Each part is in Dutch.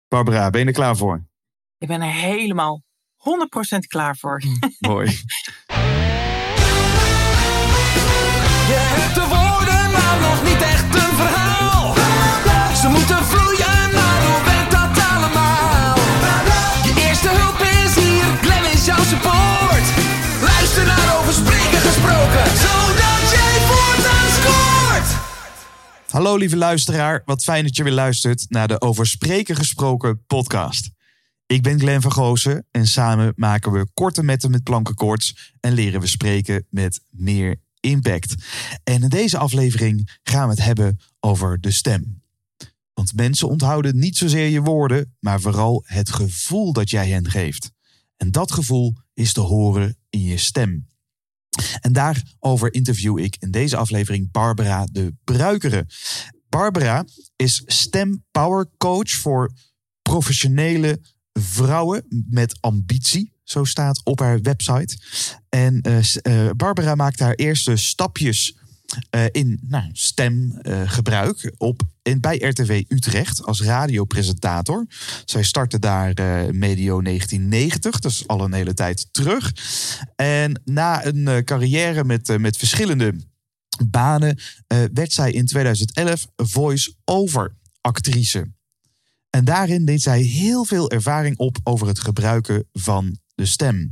Barbara, ben je er klaar voor? Ik ben er helemaal 100% klaar voor. Mooi. Je hebt de woorden, maar nog niet echt een verhaal. Ze moeten vloeien, maar hoe werkt dat allemaal? Je eerste hulp is hier, Glenn is jouw support. Luister naar Over Spreken Gesproken, zodat jij voortaan scoort. Hallo lieve luisteraar, wat fijn dat je weer luistert naar de Over Spreken Gesproken podcast. Ik ben Glenn van Goosen en samen maken we korte metten met plankenkoorts en leren we spreken met meer impact. En in deze aflevering gaan we het hebben over de stem. Want mensen onthouden niet zozeer je woorden, maar vooral het gevoel dat jij hen geeft. En dat gevoel is te horen in je stem. En daarover interview ik in deze aflevering Barbara de Bruikere. Barbara is stempower coach voor professionele vrouwen met ambitie. Zo staat op haar website. En Barbara maakt haar eerste stapjes in stemgebruik bij RTW Utrecht als radiopresentator. Zij startte daar medio 1990, dat is al een hele tijd terug. En na een carrière met verschillende banen werd zij in 2011 voice-over actrice. En daarin deed zij heel veel ervaring op over het gebruiken van de stem.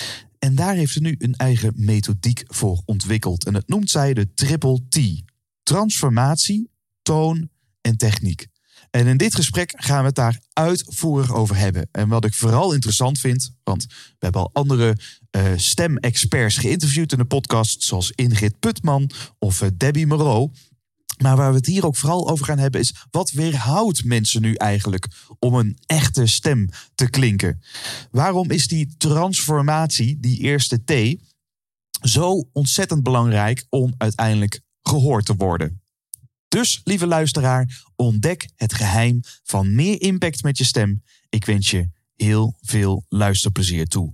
En daar heeft ze nu een eigen methodiek voor ontwikkeld. En dat noemt zij de Triple T. Transformatie, toon en techniek. En in dit gesprek gaan we het daar uitvoerig over hebben. En wat ik vooral interessant vind, want we hebben al andere stemexperts geïnterviewd in de podcast, zoals Ingrid Putman of Debbie Moreau. Maar waar we het hier ook vooral over gaan hebben is, wat weerhoudt mensen nu eigenlijk om een echte stem te klinken? Waarom is die transformatie, die eerste T, zo ontzettend belangrijk om uiteindelijk gehoord te worden? Dus, lieve luisteraar, ontdek het geheim van meer impact met je stem. Ik wens je heel veel luisterplezier toe.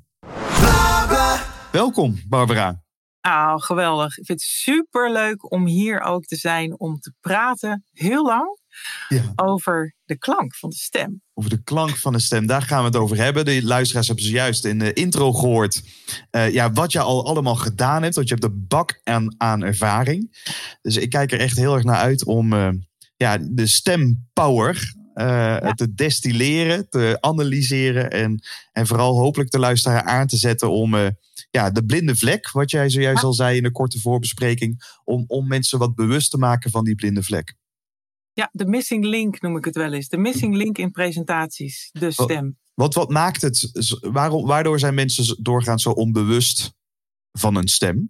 Welkom, Barbara. Oh, geweldig. Ik vind het superleuk om hier ook te zijn om te praten, heel lang, over de klank van de stem. Over de klank van de stem, daar gaan we het over hebben. De luisteraars hebben zojuist in de intro gehoord wat je al allemaal gedaan hebt. Want je hebt de bak aan ervaring. Dus ik kijk er echt heel erg naar uit om de stempower te destilleren, te analyseren en vooral hopelijk de luisteraar aan te zetten om de blinde vlek, wat jij zojuist al zei in de korte voorbespreking, om mensen wat bewust te maken van die blinde vlek. Ja, de missing link noem ik het wel eens. De missing link in presentaties, de stem. Wat maakt het, waardoor zijn mensen doorgaans zo onbewust van een stem?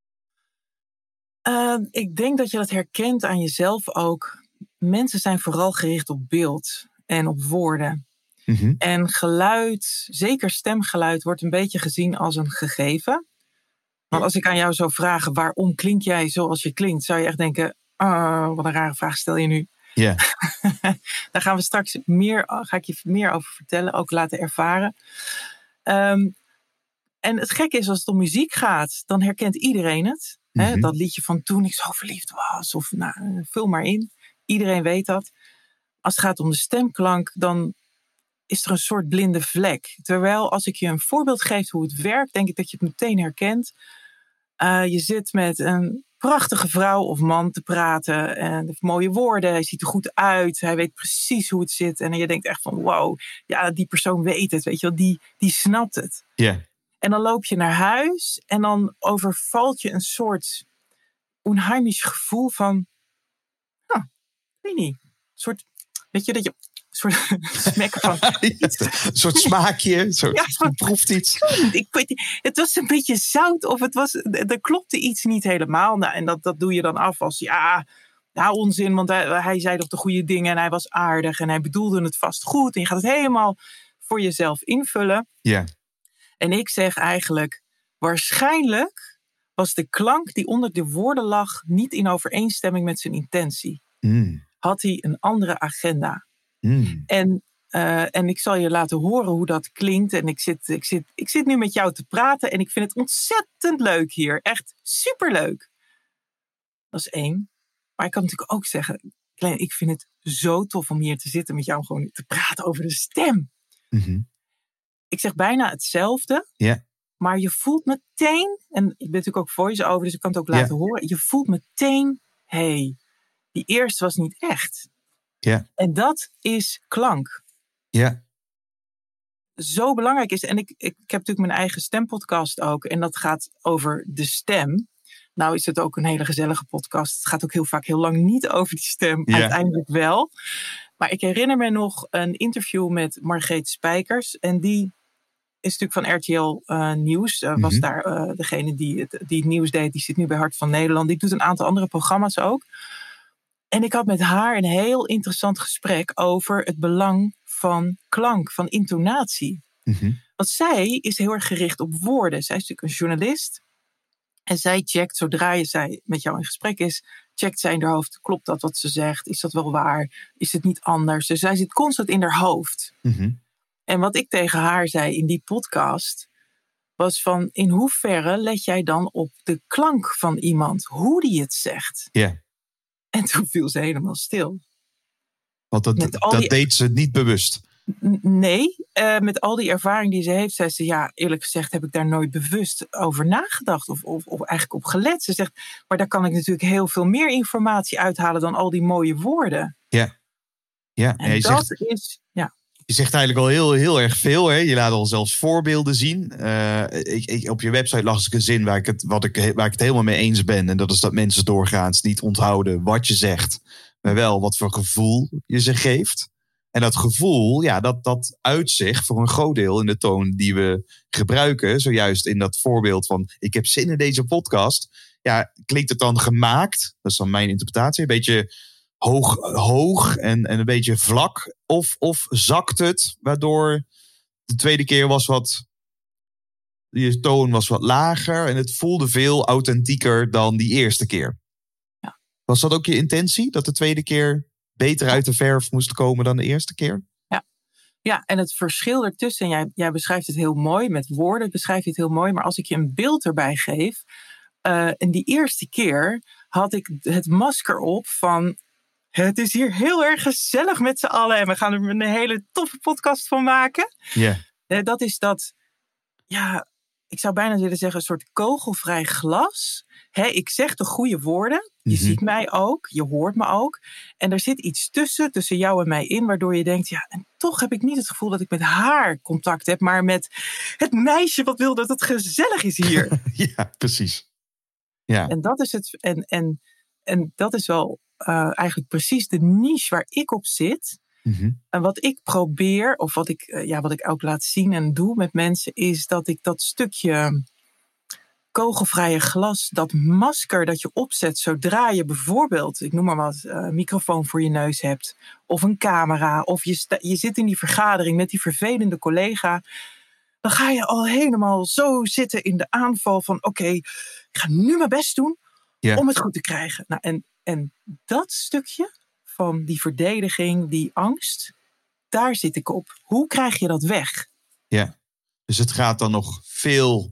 Ik denk dat je dat herkent aan jezelf ook. Mensen zijn vooral gericht op beeld en op woorden. Mm-hmm. En geluid, zeker stemgeluid, wordt een beetje gezien als een gegeven. Want als ik aan jou zou vragen, waarom klink jij zoals je klinkt, zou je echt denken, wat een rare vraag stel je nu. Yeah. Daar gaan we straks ga ik je meer over vertellen, ook laten ervaren. En het gekke is, als het om muziek gaat, dan herkent iedereen het. Mm-hmm. Hè? Dat liedje van toen ik zo verliefd was, of vul maar in. Iedereen weet dat. Als het gaat om de stemklank, dan is er een soort blinde vlek. Terwijl als ik je een voorbeeld geef hoe het werkt, denk ik dat je het meteen herkent. Je zit met een prachtige vrouw of man te praten. En heeft mooie woorden, hij ziet er goed uit. Hij weet precies hoe het zit. En je denkt echt van wow, ja, die persoon weet het. Weet je wel, die snapt het. Yeah. En dan loop je naar huis en dan overvalt je een soort onheimisch gevoel van, weet niet, een soort, weet je, dat je een soort smekken van iets. Een soort smaakje, je proeft iets. Ik weet niet, het was een beetje zout of er klopte iets niet helemaal. Nou, en dat doe je dan af als onzin, want hij zei toch de goede dingen en hij was aardig en hij bedoelde het vast goed. En je gaat het helemaal voor jezelf invullen. Ja. En ik zeg eigenlijk, waarschijnlijk was de klank die onder de woorden lag niet in overeenstemming met zijn intentie. Had hij een andere agenda. En ik zal je laten horen hoe dat klinkt. En ik zit nu met jou te praten en ik vind het ontzettend leuk hier. Echt superleuk. Dat is 1. Maar ik kan natuurlijk ook zeggen, Glenn, ik vind het zo tof om hier te zitten met jou gewoon te praten over de stem. Mm-hmm. Ik zeg bijna hetzelfde. Ja. Maar je voelt meteen, en ik ben natuurlijk ook voice-over, dus ik kan het ook laten horen. Je voelt meteen, die eerste was niet echt. Ja. En dat is klank. Ja. Zo belangrijk is. En ik heb natuurlijk mijn eigen stempodcast ook. En dat gaat over de stem. Nou is het ook een hele gezellige podcast. Het gaat ook heel vaak heel lang niet over die stem. Ja. Uiteindelijk wel. Maar ik herinner me nog een interview met Margreet Spijkers. En die is natuurlijk van RTL Nieuws. Was daar degene die het nieuws deed. Die zit nu bij Hart van Nederland. Die doet een aantal andere programma's ook. En ik had met haar een heel interessant gesprek over het belang van klank, van intonatie. Mm-hmm. Want zij is heel erg gericht op woorden. Zij is natuurlijk een journalist. En zij checkt, zodra zij met jou in gesprek is, checkt zij in haar hoofd, klopt dat wat ze zegt? Is dat wel waar? Is het niet anders? Dus zij zit constant in haar hoofd. Mm-hmm. En wat ik tegen haar zei in die podcast, was van, in hoeverre let jij dan op de klank van iemand? Hoe die het zegt? Ja. Yeah. En toen viel ze helemaal stil. Want dat deed ze niet bewust. Nee, met al die ervaring die ze heeft, zei ze, ja, eerlijk gezegd heb ik daar nooit bewust over nagedacht of eigenlijk op gelet. Ze zegt, maar daar kan ik natuurlijk heel veel meer informatie uithalen dan al die mooie woorden. Ja. Ja. En dat is, ja. Je zegt eigenlijk al heel, heel erg veel. Hè? Je laat al zelfs voorbeelden zien. Op je website las ik een zin waar ik het helemaal mee eens ben. En dat is dat mensen doorgaans niet onthouden wat je zegt, maar wel wat voor gevoel je ze geeft. En dat gevoel, ja, dat uit zich voor een groot deel in de toon die we gebruiken. Zojuist in dat voorbeeld van, ik heb zin in deze podcast. Ja, klinkt het dan gemaakt? Dat is dan mijn interpretatie. Een beetje hoog en een beetje vlak. Of zakt het, waardoor de tweede keer je toon was wat lager. En het voelde veel authentieker dan die eerste keer. Ja. Was dat ook je intentie? Dat de tweede keer beter uit de verf moest komen dan de eerste keer? Ja, en het verschil ertussen, jij beschrijft het heel mooi, met woorden beschrijf je het heel mooi, maar als ik je een beeld erbij geef, en die eerste keer had ik het masker op van, het is hier heel erg gezellig met z'n allen en we gaan er een hele toffe podcast van maken. Ja. Dat is dat, ja, ik zou bijna willen zeggen, een soort kogelvrij glas. Ik zeg de goede woorden. Je ziet mij ook. Je hoort me ook. En er zit iets tussen jou en mij in, waardoor je denkt, ja, en toch heb ik niet het gevoel dat ik met haar contact heb, maar met het meisje wat wil dat het gezellig is hier. Ja, precies. Ja. En dat is het. En dat is wel eigenlijk precies de niche waar ik op zit. Mm-hmm. En wat ik probeer, of wat ik ook laat zien en doe met mensen, is dat ik dat stukje kogelvrije glas, dat masker dat je opzet zodra je bijvoorbeeld, ik noem maar wat, een microfoon voor je neus hebt, of een camera, of je zit in die vergadering met die vervelende collega, dan ga je al helemaal zo zitten in de aanval van, oké, ik ga nu mijn best doen om het goed te krijgen. Nou, en dat stukje van die verdediging, die angst, daar zit ik op. Hoe krijg je dat weg? Ja, dus het gaat dan nog veel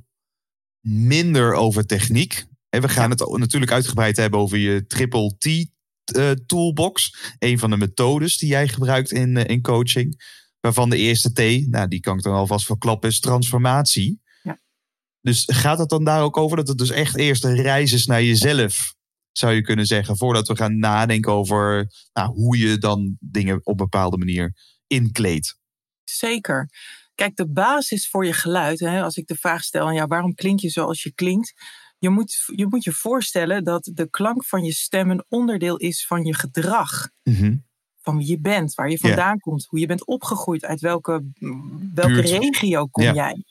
minder over techniek. En we gaan het natuurlijk uitgebreid hebben over je Triple T toolbox. Een van de methodes die jij gebruikt in coaching. Waarvan de eerste T, nou die kan ik dan alvast verklappen, is transformatie. Ja. Dus gaat het dan daar ook over dat het dus echt eerst een reis is naar jezelf, zou je kunnen zeggen, voordat we gaan nadenken over hoe je dan dingen op een bepaalde manier inkleedt? Zeker. Kijk, de basis voor je geluid, als ik de vraag stel aan jou, waarom klink je zoals je klinkt? Je moet je voorstellen dat de klank van je stem een onderdeel is van je gedrag. Mm-hmm. Van wie je bent, waar je vandaan komt, hoe je bent opgegroeid, uit welke regio kom jij.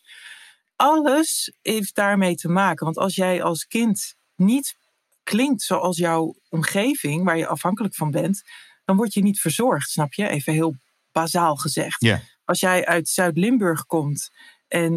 Alles heeft daarmee te maken. Want als jij als kind niet klinkt zoals jouw omgeving, waar je afhankelijk van bent, dan word je niet verzorgd, snap je? Even heel bazaal gezegd. Yeah. Als jij uit Zuid-Limburg komt en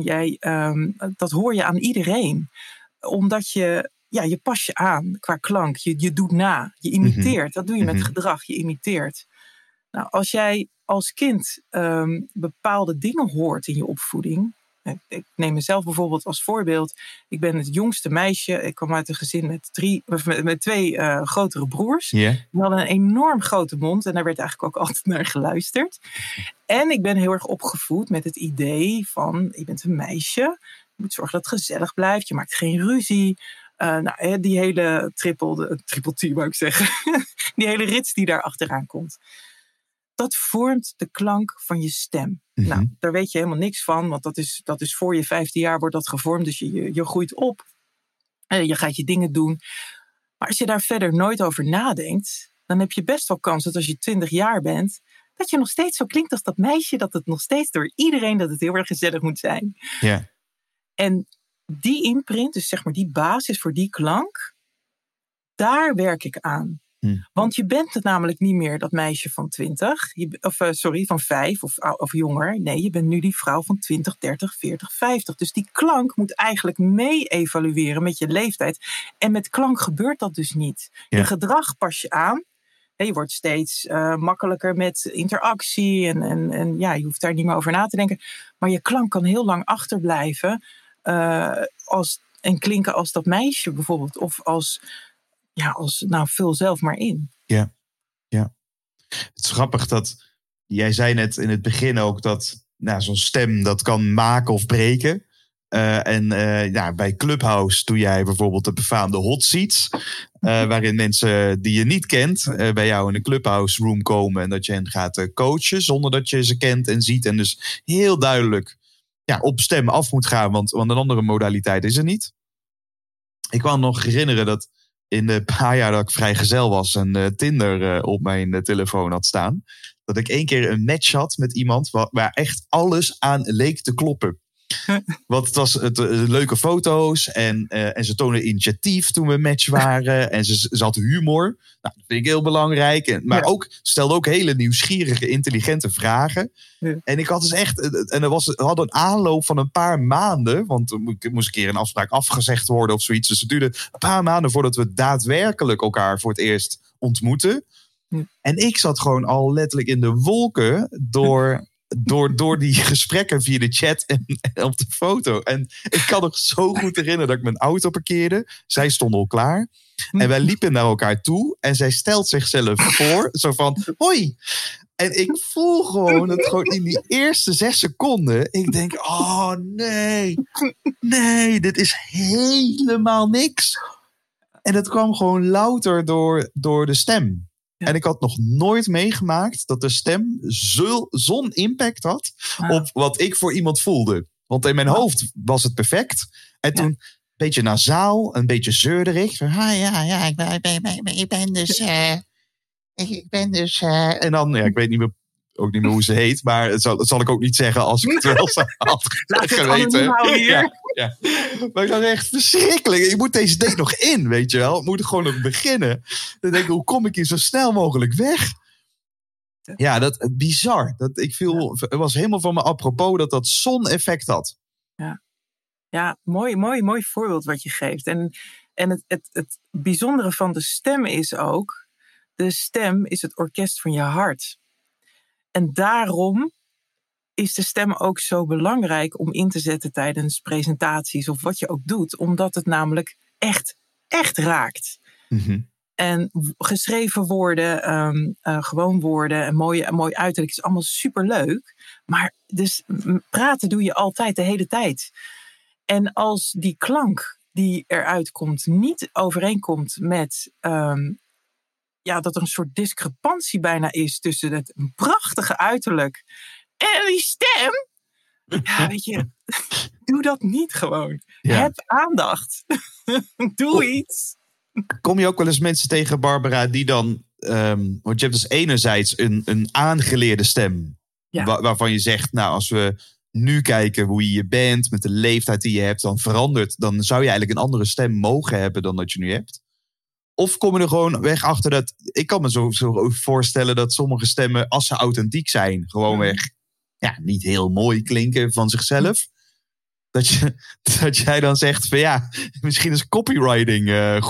dat hoor je aan iedereen. Omdat je pas je aan qua klank. Je doet na, je imiteert. Mm-hmm. Dat doe je met gedrag, je imiteert. Nou, als jij als kind bepaalde dingen hoort in je opvoeding, Ik neem mezelf bijvoorbeeld als voorbeeld. Ik ben het jongste meisje. Ik kwam uit een gezin met 2 grotere broers. Yeah. Die hadden een enorm grote mond. En daar werd eigenlijk ook altijd naar geluisterd. En ik ben heel erg opgevoed met het idee van... je bent een meisje. Je moet zorgen dat het gezellig blijft. Je maakt geen ruzie. Die hele triple T wou ik zeggen. Die hele rits die daar achteraan komt. Dat vormt de klank van je stem. Mm-hmm. Nou, daar weet je helemaal niks van. Want dat is voor je 15e jaar wordt dat gevormd. Dus je groeit op. Je gaat je dingen doen. Maar als je daar verder nooit over nadenkt... dan heb je best wel kans dat als je 20 jaar bent... dat je nog steeds zo klinkt als dat meisje... dat het nog steeds door iedereen dat het heel erg gezellig moet zijn. Yeah. En die imprint, dus zeg maar die basis voor die klank... daar werk ik aan. Want je bent het namelijk niet meer dat meisje van 20. Van 5 of jonger. Nee, je bent nu die vrouw van 20, 30, 40, 50. Dus die klank moet eigenlijk mee-evalueren met je leeftijd. En met klank gebeurt dat dus niet. Ja. Je gedrag pas je aan. Je wordt steeds makkelijker met interactie. En je hoeft daar niet meer over na te denken. Maar je klank kan heel lang achterblijven. En klinken als dat meisje bijvoorbeeld. Of als vul zelf maar in. Ja. Het is grappig dat jij zei net in het begin ook dat zo'n stem dat kan maken of breken. Bij Clubhouse doe jij bijvoorbeeld de befaamde hot seats. Waarin mensen die je niet kent bij jou in een Clubhouse room komen. En dat je hen gaat coachen zonder dat je ze kent en ziet. En dus heel duidelijk op stem af moet gaan. Want een andere modaliteit is er niet. Ik kan me nog herinneren dat in de paar jaar dat ik vrijgezel was en Tinder op mijn telefoon had staan. Dat ik 1 keer een match had met iemand waar echt alles aan leek te kloppen. Want het was leuke foto's en ze toonden initiatief toen we een match waren. En ze had humor. Nou, dat vind ik heel belangrijk. Maar ook stelde ook hele nieuwsgierige, intelligente vragen. Ja. En ik had dus echt... we hadden een aanloop van een paar maanden. Want er moest een keer een afspraak afgezegd worden of zoiets. Dus het duurde een paar maanden voordat we daadwerkelijk elkaar voor het eerst ontmoetten. Ja. En ik zat gewoon al letterlijk in de wolken door die gesprekken via de chat en op de foto. En ik kan nog zo goed herinneren dat ik mijn auto parkeerde. Zij stonden al klaar. En wij liepen naar elkaar toe. En zij stelt zichzelf voor. Zo van, hoi. En ik voel gewoon dat gewoon in die eerste 6 seconden. Ik denk, oh nee. Nee, dit is helemaal niks. En dat kwam gewoon louter door de stem. Ja. En ik had nog nooit meegemaakt dat de stem zo'n impact had op wat ik voor iemand voelde. Want in mijn hoofd was het perfect. En toen een beetje nasaal, een beetje zeurderig. Ik ben dus... En dan, ik weet ook niet meer hoe ze heet. Maar dat zal ik ook niet zeggen als ik het wel had geweten. Ja. Maar ik dacht echt verschrikkelijk. Ik moet deze date nog in, weet je wel. Ik moet gewoon nog beginnen. Dan denk ik, hoe kom ik hier zo snel mogelijk weg? Ja, dat bizar. Het was helemaal van me apropos dat zo'n effect had. Ja, mooi voorbeeld wat je geeft. En het bijzondere van de stem is ook... de stem is het orkest van je hart. En daarom is de stem ook zo belangrijk om in te zetten tijdens presentaties of wat je ook doet. Omdat het namelijk echt raakt. Mm-hmm. En geschreven woorden, gewoon woorden en mooi uiterlijk is allemaal superleuk. Maar dus praten doe je altijd de hele tijd. En als die klank die eruit komt niet overeenkomt met... dat er een soort discrepantie bijna is tussen het prachtige uiterlijk en die stem. Ja, weet je, doe dat niet gewoon. Ja. Heb aandacht. Doe iets. Kom je ook wel eens mensen tegen, Barbara, die dan... want je hebt dus enerzijds een aangeleerde stem. Ja. Waarvan je zegt, nou, als we nu kijken hoe je bent, met de leeftijd die je hebt, dan verandert. Dan zou je eigenlijk een andere stem mogen hebben dan dat je nu hebt. Of kom je er gewoon weg achter dat... Ik kan me zo voorstellen dat sommige stemmen, als ze authentiek zijn, gewoonweg niet heel mooi klinken van zichzelf. Dat jij dan zegt van misschien is copywriting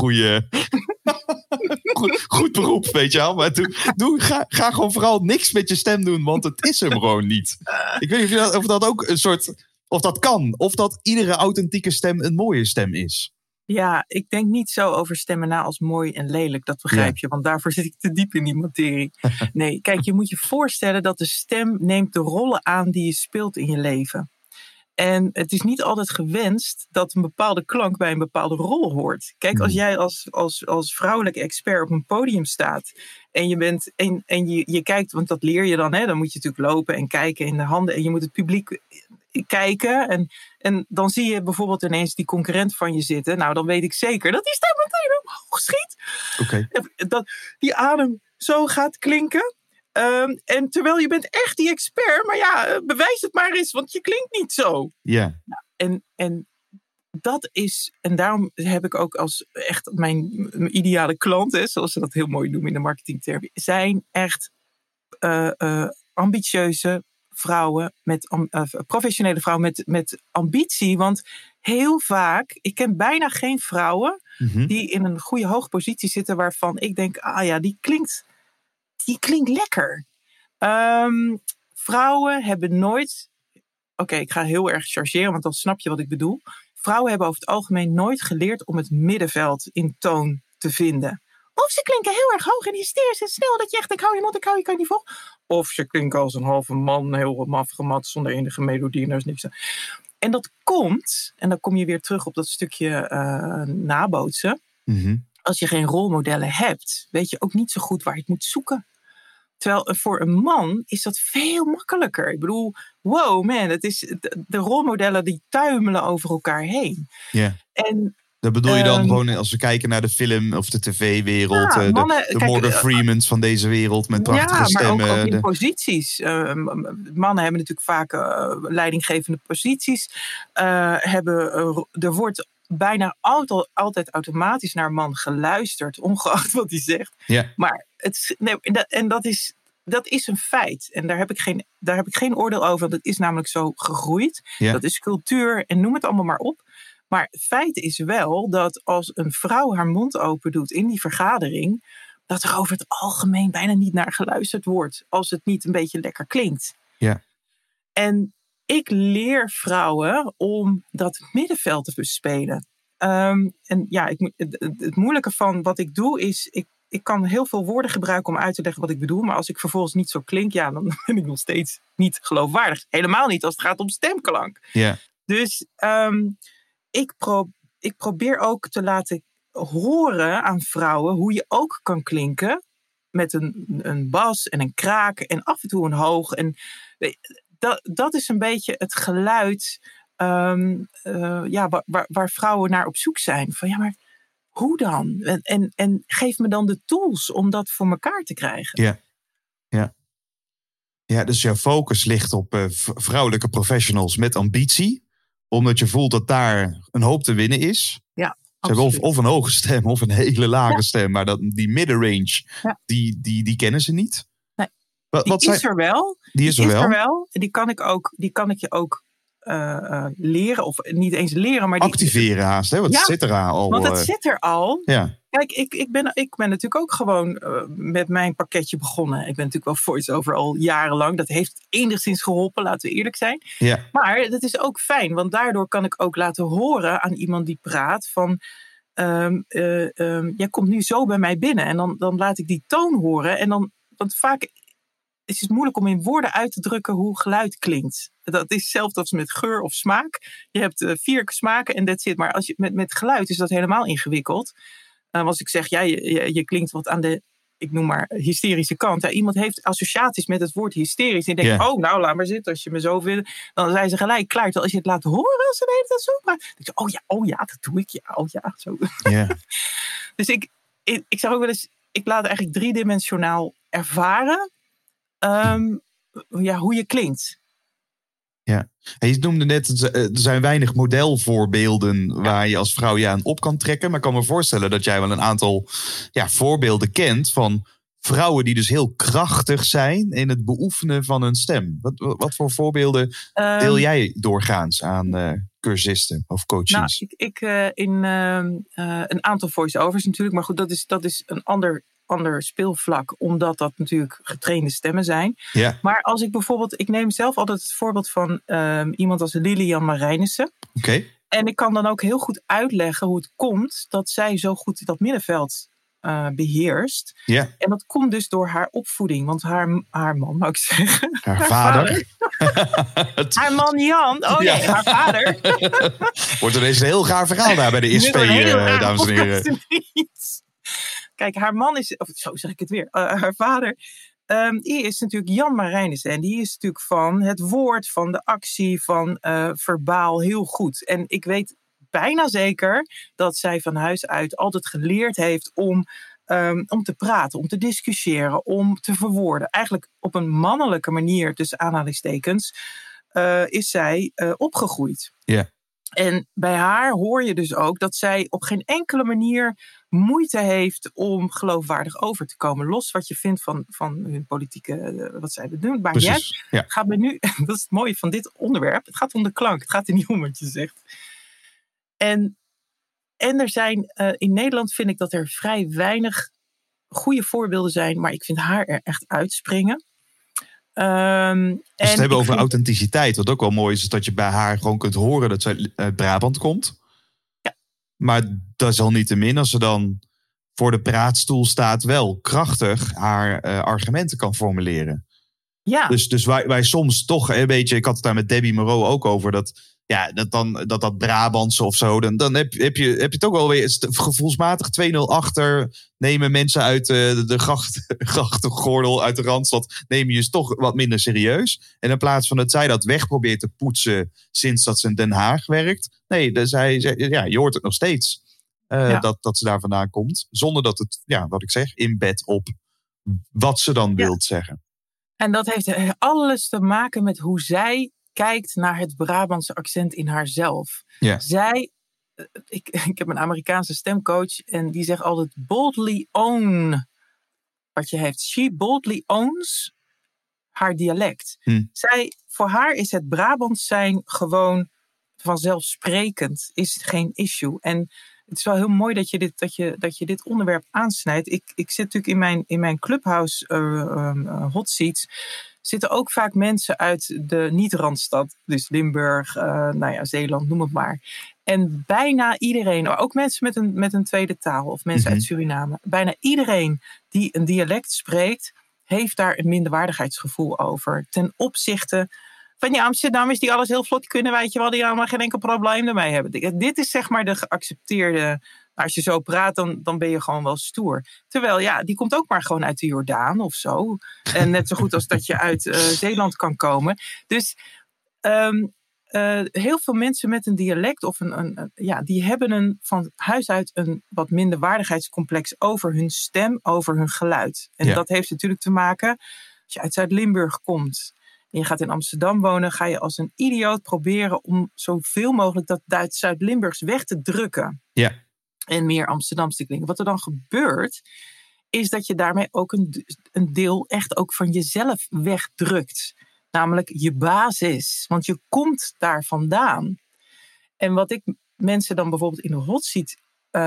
goed beroep, weet je wel. Maar ga gewoon vooral niks met je stem doen, want het is hem gewoon niet. Ik weet niet of dat ook een soort Of dat kan. Of dat iedere authentieke stem een mooie stem is. Ja, ik denk niet zo over stemmen na als mooi en lelijk. Dat begrijp je, want daarvoor zit ik te diep in die materie. Nee, kijk, je moet je voorstellen dat de stem neemt de rollen aan die je speelt in je leven. En het is niet altijd gewenst dat een bepaalde klank bij een bepaalde rol hoort. Kijk, als jij als vrouwelijke expert op een podium staat en je bent en je kijkt, want dat leer je dan, hè, dan moet je natuurlijk lopen en kijken in de handen en je moet het publiek kijken en dan zie je bijvoorbeeld ineens die concurrent van je zitten. Nou, dan weet ik zeker dat die stem meteen omhoog schiet. Dat die adem zo gaat klinken. En terwijl je bent echt die expert, maar ja, bewijs het maar eens, want je klinkt niet zo. Ja. Nou, en dat is, en daarom heb ik ook als echt mijn ideale klanten, zoals ze dat heel mooi noemen in de marketingtermen, zijn echt ambitieuze vrouwen, professionele vrouwen met ambitie. Want heel vaak, ik ken bijna geen vrouwen die in een goede hoge positie zitten waarvan ik denk, die klinkt lekker. Vrouwen hebben nooit... Oké, ik ga heel erg chargeren, want dan snap je wat ik bedoel. Vrouwen hebben over het algemeen nooit geleerd om het middenveld in toon te vinden. Of ze klinken heel erg hoog en hysterisch en snel dat je echt denkt, hou je mond, ik kan je niet volgen. Of ze klinken als een halve man, heel afgemat, zonder enige melodie en daar is niks aan. En dat komt, en dan kom je weer terug op dat stukje nabootsen. Als je geen rolmodellen hebt, weet je ook niet zo goed waar je het moet zoeken. Terwijl voor een man is dat veel makkelijker. Ik bedoel, wow man, de rolmodellen die tuimelen over elkaar heen. Ja. En dat bedoel je dan gewoon als we kijken naar de film of de tv-wereld. De Morgan Freemans van deze wereld met prachtige stemmen. Maar ook in posities. Mannen hebben natuurlijk vaak leidinggevende posities. Er wordt bijna altijd automatisch naar een man geluisterd, ongeacht wat hij zegt. Ja. Maar dat is een feit. En daar heb ik geen oordeel over. Dat is namelijk zo gegroeid. Ja. Dat is cultuur en noem het allemaal maar op. Maar het feit is wel dat als een vrouw haar mond open doet in die vergadering, dat er over het algemeen bijna niet naar geluisterd wordt als het niet een beetje lekker klinkt. Ja. En ik leer vrouwen om dat middenveld te bespelen. Het moeilijke van wat ik doe is, ik kan heel veel woorden gebruiken om uit te leggen wat ik bedoel. Maar als ik vervolgens niet zo klink, dan ben ik nog steeds niet geloofwaardig. Helemaal niet als het gaat om stemklank. Ja. Dus ik probeer ook te laten horen aan vrouwen hoe je ook kan klinken met een bas en een kraak en af en toe een hoog. En dat is een beetje het geluid waar vrouwen naar op zoek zijn. Van maar hoe dan? En geef me dan de tools om dat voor elkaar te krijgen. Ja. Ja, dus jouw focus ligt op vrouwelijke professionals met ambitie. Omdat je voelt dat daar een hoop te winnen is. Ja, ze hebben of een hoge stem of een hele lage stem. Maar die middenrange, die kennen ze niet. Nee, die is er wel. Die is er wel. En die kan ik je ook leren. Of niet eens leren. Maar activeren haast, hè? Want het zit er al. Want het zit er al. Ja. Kijk, ik ben natuurlijk ook gewoon met mijn pakketje begonnen. Ik ben natuurlijk wel voice-over al jarenlang. Dat heeft enigszins geholpen, laten we eerlijk zijn. Ja. Maar dat is ook fijn, want daardoor kan ik ook laten horen aan iemand die praat van jij komt nu zo bij mij binnen. En dan laat ik die toon horen. Want vaak is het moeilijk om in woorden uit te drukken hoe geluid klinkt. Dat is hetzelfde als met geur of smaak. Je hebt 4 smaken en that's it. Maar als je, met geluid is dat helemaal ingewikkeld. Als ik zeg, je klinkt wat aan de, ik noem maar, hysterische kant. Ja, iemand heeft associaties met het woord hysterisch. En denkt, laat maar zitten als je me zo vindt. Dan zijn ze gelijk klaar. Terwijl als je het laat horen, als ze de hele tijd zo praat. Dan denk je, dat doe ik. Zo. Yeah. Dus ik zeg ook wel eens, ik laat eigenlijk 3-dimensionaal ervaren hoe je klinkt. Ja, en je noemde net, er zijn weinig modelvoorbeelden waar je als vrouw je aan op kan trekken. Maar ik kan me voorstellen dat jij wel een aantal voorbeelden kent van vrouwen die dus heel krachtig zijn in het beoefenen van hun stem. Wat voor voorbeelden deel jij doorgaans aan cursisten of coaches? Nou, ik in een aantal voice-overs natuurlijk. Maar goed, dat is een ander ander speelvlak, omdat dat natuurlijk getrainde stemmen zijn. Ja. Maar als ik bijvoorbeeld, ik neem zelf altijd het voorbeeld van iemand als Lilian Marijnissen. Oké. En ik kan dan ook heel goed uitleggen hoe het komt dat zij zo goed dat middenveld beheerst. Ja. En dat komt dus door haar opvoeding. Want haar man, wou ik zeggen. Haar vader. Haar man Jan. Oh nee, haar vader. Wordt ineens een heel raar verhaal daar bij de ISP, dames en heren. Kijk, haar man is, of zo zeg ik het weer, haar vader, die is natuurlijk Jan Marijnissen. En die is natuurlijk van het woord, van de actie, van verbaal heel goed. En ik weet bijna zeker dat zij van huis uit altijd geleerd heeft om te praten, om te discussiëren, om te verwoorden. Eigenlijk op een mannelijke manier, tussen aanhalingstekens, is zij opgegroeid. Ja. En bij haar hoor je dus ook dat zij op geen enkele manier moeite heeft om geloofwaardig over te komen. Los wat je vindt van hun politieke, wat zij doen. Maar precies. Ja. Gaat me nu, dat is het mooie van dit onderwerp. Het gaat om de klank. Het gaat er niet om wat je zegt. En er zijn, in Nederland vind ik dat er vrij weinig goede voorbeelden zijn. Maar ik vind haar er echt uitspringen. Dus het hebben over authenticiteit. Wat ook wel mooi is dat je bij haar gewoon kunt horen dat zij uit Brabant komt. Ja. Maar dat is al niettemin als ze dan voor de praatstoel staat wel krachtig haar argumenten kan formuleren. Ja. Dus wij soms toch een beetje, ik had het daar met Debbie Moreau ook over, dat Brabantse of zo, dan heb je het ook wel weer gevoelsmatig 2-0 achter. Nemen mensen uit de grachtengordel, uit de Randstad, nemen je toch wat minder serieus. En in plaats van dat zij dat weg probeert te poetsen sinds dat ze in Den Haag werkt. Nee, je hoort het nog steeds. Dat ze daar vandaan komt. Zonder dat het, wat ik zeg, inbedt op wat ze dan wilt zeggen. En dat heeft alles te maken met hoe zij kijkt naar het Brabantse accent in haarzelf. Ja. Ik heb een Amerikaanse stemcoach en die zegt altijd boldly own wat je heeft. She boldly owns haar dialect. Voor haar is het Brabants zijn gewoon vanzelfsprekend, is geen issue. En het is wel heel mooi dat je dit onderwerp aansnijdt. Ik zit natuurlijk in mijn Clubhouse hot seats. Zitten ook vaak mensen uit de niet-Randstad. Dus Limburg, Zeeland, noem het maar. En bijna iedereen, ook mensen met een tweede taal of mensen uit Suriname. Bijna iedereen die een dialect spreekt, heeft daar een minderwaardigheidsgevoel over. Ten opzichte van die Amsterdammers die alles heel vlot kunnen, weet je wel, die allemaal geen enkel probleem ermee hebben. Dit is zeg maar de geaccepteerde. Als je zo praat, dan ben je gewoon wel stoer. Terwijl, die komt ook maar gewoon uit de Jordaan of zo. En net zo goed als dat je uit Zeeland kan komen. Dus heel veel mensen met een dialect of die hebben van huis uit een wat minder waardigheidscomplex over hun stem, over hun geluid. En dat heeft natuurlijk te maken, als je uit Zuid-Limburg komt en je gaat in Amsterdam wonen, ga je als een idioot proberen om zoveel mogelijk dat Duits-Zuid-Limburgs weg te drukken. Ja. En meer Amsterdams te klinken. Wat er dan gebeurt, is dat je daarmee ook een deel echt ook van jezelf wegdrukt. Namelijk je basis. Want je komt daar vandaan. En wat ik mensen dan bijvoorbeeld in de hot seat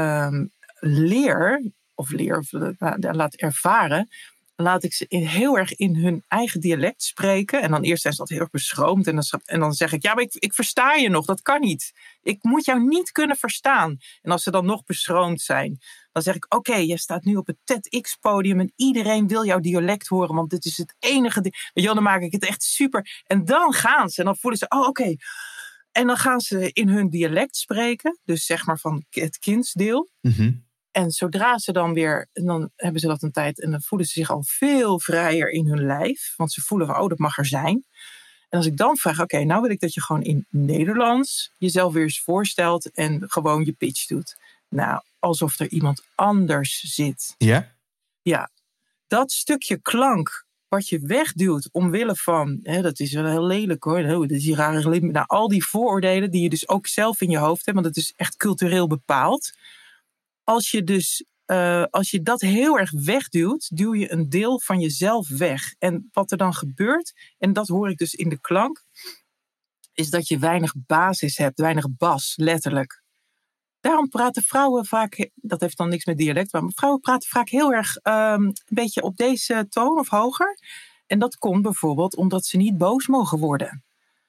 laat ervaren, laat ik ze heel erg in hun eigen dialect spreken. En dan eerst zijn ze dat heel erg beschroomd. En dan zeg ik, maar ik versta je nog. Dat kan niet. Ik moet jou niet kunnen verstaan. En als ze dan nog beschroomd zijn, dan zeg ik, oké, je staat nu op het TEDx-podium en iedereen wil jouw dialect horen, want dit is het enige. Weet je wel, dan maak ik het echt super. En dan gaan ze en dan voelen ze, oké. En dan gaan ze in hun dialect spreken. Dus zeg maar van het kindsdeel. Mm-hmm. En zodra ze dan weer, en dan hebben ze dat een tijd en dan voelen ze zich al veel vrijer in hun lijf. Want ze voelen van, dat mag er zijn. En als ik dan vraag, oké, nou wil ik dat je gewoon in Nederlands jezelf weer eens voorstelt en gewoon je pitch doet. Nou, alsof er iemand anders zit. Ja? Ja, dat stukje klank wat je wegduwt omwille van, dat is wel heel lelijk hoor, dat is die rare glimp. Nou, al die vooroordelen die je dus ook zelf in je hoofd hebt, want het is echt cultureel bepaald. Als je dat heel erg wegduwt, duw je een deel van jezelf weg. En wat er dan gebeurt, en dat hoor ik dus in de klank, is dat je weinig basis hebt, weinig bas, letterlijk. Daarom praten vrouwen vaak, dat heeft dan niks met dialect, maar vrouwen praten vaak heel erg een beetje op deze toon of hoger. En dat komt bijvoorbeeld omdat ze niet boos mogen worden.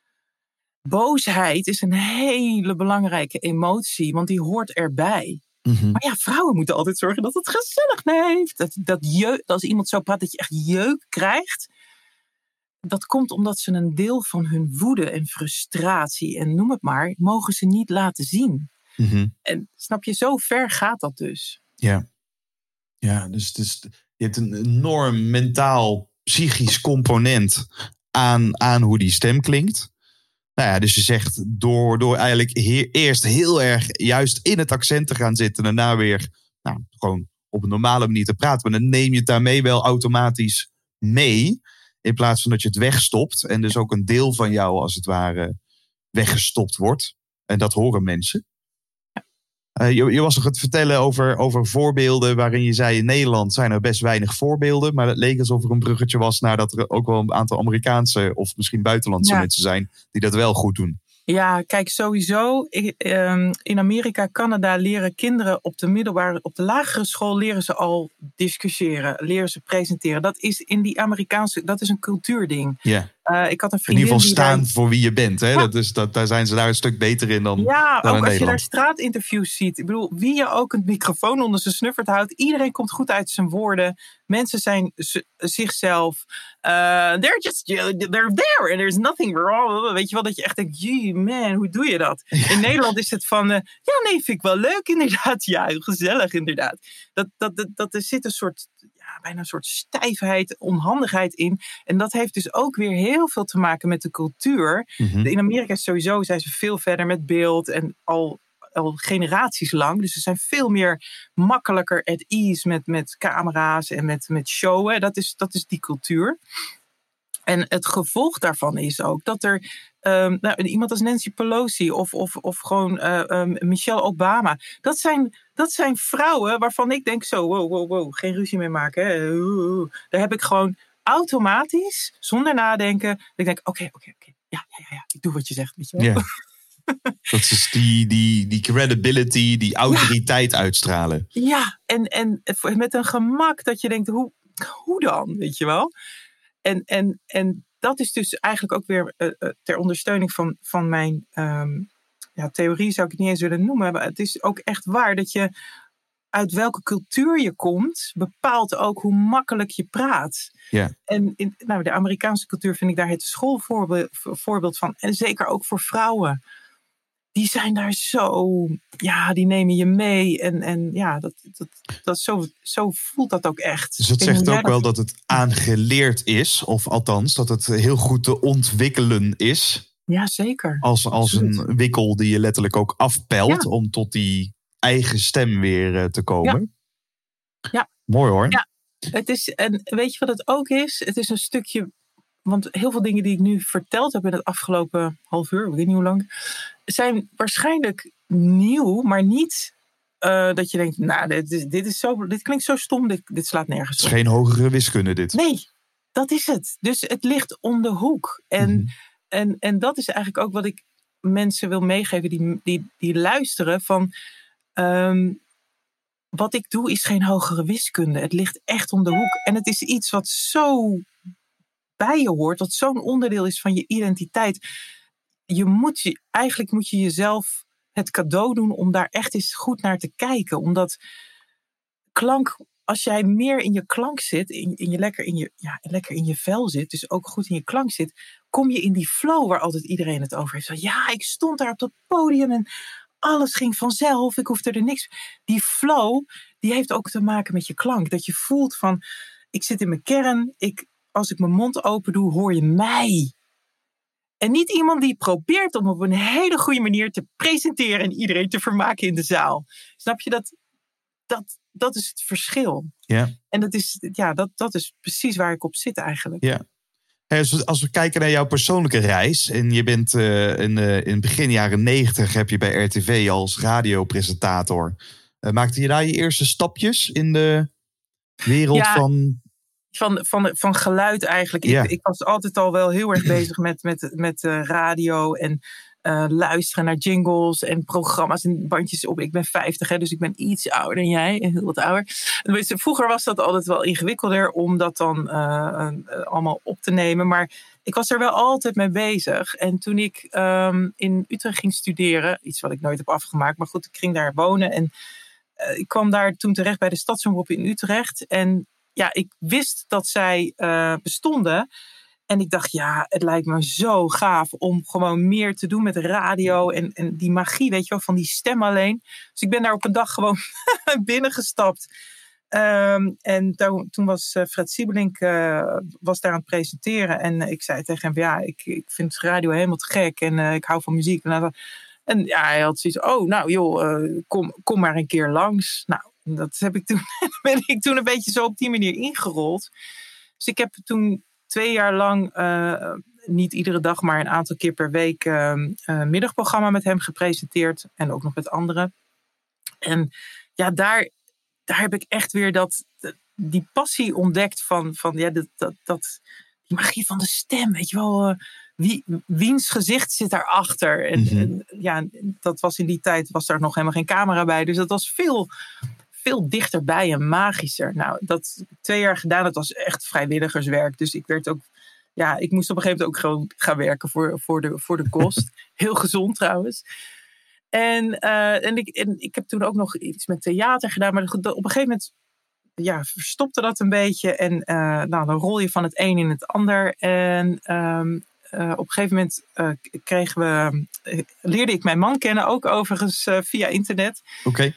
Boosheid is een hele belangrijke emotie, want die hoort erbij. Mm-hmm. Maar ja, vrouwen moeten altijd zorgen dat het gezellig blijft. Dat als iemand zo praat dat je echt jeuk krijgt. Dat komt omdat ze een deel van hun woede en frustratie, en noem het maar, mogen ze niet laten zien. Mm-hmm. En snap je, zo ver gaat dat dus. Ja, dus je hebt een enorm mentaal, psychisch component aan hoe die stem klinkt. Nou ja, dus je zegt door eigenlijk eerst heel erg juist in het accent te gaan zitten en daarna weer gewoon op een normale manier te praten. Maar dan neem je het daarmee wel automatisch mee, in plaats van dat je het wegstopt en dus ook een deel van jou als het ware weggestopt wordt. En dat horen mensen. Je was nog het vertellen over voorbeelden waarin je zei in Nederland zijn er best weinig voorbeelden. Maar het leek alsof er een bruggetje was naar dat er ook wel een aantal Amerikaanse of misschien buitenlandse mensen zijn die dat wel goed doen. Ja, kijk, sowieso. In Amerika, Canada leren kinderen op de lagere school leren ze al discussiëren, leren ze presenteren. Dat is in die Amerikaanse, dat is een cultuurding. Ja. Ik had een vriendin in ieder geval staan voor wie je bent. Hè? Ja. Daar zijn ze daar een stuk beter in dan in Nederland. Ja, ook als je daar straatinterviews ziet. Ik bedoel, wie je ook een microfoon onder zijn snuffert houdt. Iedereen komt goed uit zijn woorden. Mensen zijn zichzelf. They're there and there's nothing wrong. Weet je wel, dat je echt denkt, gee man, hoe doe je dat? Ja. In Nederland is het van, vind ik wel leuk inderdaad. Ja, gezellig inderdaad. Dat er zit een soort, bijna een soort stijfheid, onhandigheid in. En dat heeft dus ook weer heel veel te maken met de cultuur. Mm-hmm. In Amerika sowieso zijn ze veel verder met beeld en al generaties lang. Dus ze zijn veel meer makkelijker at ease met camera's en met showen. Dat is die cultuur. En het gevolg daarvan is ook dat er iemand als Nancy Pelosi of gewoon Michelle Obama. Dat zijn vrouwen waarvan ik denk zo, wow, geen ruzie meer maken. Hè? Daar heb ik gewoon automatisch, zonder nadenken, ik denk, oké, ja, ik doe wat je zegt, weet je wel. Yeah. Dat is die credibility, die autoriteit uitstralen. Ja, en met een gemak dat je denkt, hoe dan, weet je wel? En dat is dus eigenlijk ook weer ter ondersteuning van mijn theorie, zou ik het niet eens willen noemen. Maar het is ook echt waar dat je uit welke cultuur je komt, bepaalt ook hoe makkelijk je praat. Yeah. En in de Amerikaanse cultuur vind ik daar het schoolvoorbeeld van. En zeker ook voor vrouwen. Die zijn daar zo, die nemen je mee. En dat zo voelt dat ook echt. Dus het zegt ook wel dat het aangeleerd is. Of althans, dat het heel goed te ontwikkelen is. Ja, zeker. Als een wikkel die je letterlijk ook afpelt. Ja. Om tot die eigen stem weer te komen. Ja. Mooi hoor. Ja, het is, en weet je wat het ook is? Het is een stukje. Want heel veel dingen die ik nu verteld heb in het afgelopen half uur, ik weet niet hoe lang, zijn waarschijnlijk nieuw, maar niet dat je denkt, dit klinkt zo stom, dit slaat nergens op. Het is geen hogere wiskunde dit. Nee, dat is het. Dus het ligt om de hoek. En dat is eigenlijk ook wat ik mensen wil meegeven die luisteren van, wat ik doe is geen hogere wiskunde. Het ligt echt om de hoek. En het is iets wat zo bij je hoort, dat zo'n onderdeel is van je identiteit. Eigenlijk moet je jezelf het cadeau doen om daar echt eens goed naar te kijken. Omdat klank, als jij meer in je klank zit, lekker in je vel zit, dus ook goed in je klank zit, kom je in die flow waar altijd iedereen het over heeft. Zo, ik stond daar op dat podium en alles ging vanzelf, ik hoefde er niks. Die flow, die heeft ook te maken met je klank. Dat je voelt van, ik zit in mijn kern, als ik mijn mond open doe, hoor je mij. En niet iemand die probeert om op een hele goede manier te presenteren en iedereen te vermaken in de zaal. Snap je dat is het verschil. Ja. En dat is precies waar ik op zit eigenlijk. Ja. Als we kijken naar jouw persoonlijke reis. En je bent in begin jaren 90 heb je bij RTV als radiopresentator. Maakte je daar je eerste stapjes in de wereld van geluid eigenlijk. Ja. Ik was altijd al wel heel erg bezig met radio. En luisteren naar jingles en programma's en bandjes op. Ik ben 50, hè, dus ik ben iets ouder dan jij, heel wat ouder. Dus vroeger was dat altijd wel ingewikkelder om dat dan allemaal op te nemen. Maar ik was er wel altijd mee bezig. En toen ik in Utrecht ging studeren, iets wat ik nooit heb afgemaakt, maar goed, ik ging daar wonen en ik kwam daar toen terecht bij de Stadsomroep in Utrecht. En ja, ik wist dat zij bestonden. En ik dacht, ja, het lijkt me zo gaaf om gewoon meer te doen met de radio. En die magie, weet je wel, van die stem alleen. Dus ik ben daar op een dag gewoon binnengestapt. En toen was Fred Siebelink was daar aan het presenteren. En ik zei tegen hem, ja, ik vind radio helemaal te gek. En ik hou van muziek. En ja, hij had zoiets, oh, nou joh, kom maar een keer langs. Nou, dat heb ik toen, ben ik toen een beetje zo op die manier ingerold. Dus ik heb toen 2 jaar lang, niet iedere dag, maar een aantal keer per week middagprogramma met hem gepresenteerd. En ook nog met anderen. En ja, daar heb ik echt weer die passie ontdekt van ja, die magie van de stem, weet je wel. Wiens gezicht zit daarachter? En ja, dat was in die tijd, was daar nog helemaal geen camera bij. Dus dat was veel dichterbij en magischer. Nou, dat 2 jaar gedaan, dat was echt vrijwilligerswerk. Dus ik werd ook, ja, ik moest op een gegeven moment ook gewoon gaan werken voor de kost. Heel gezond trouwens. En ik heb toen ook nog iets met theater gedaan. Maar op een gegeven moment, ja, verstopte dat een beetje. En dan rol je van het een in het ander. En op een gegeven moment leerde ik mijn man kennen, ook overigens via internet. Oké.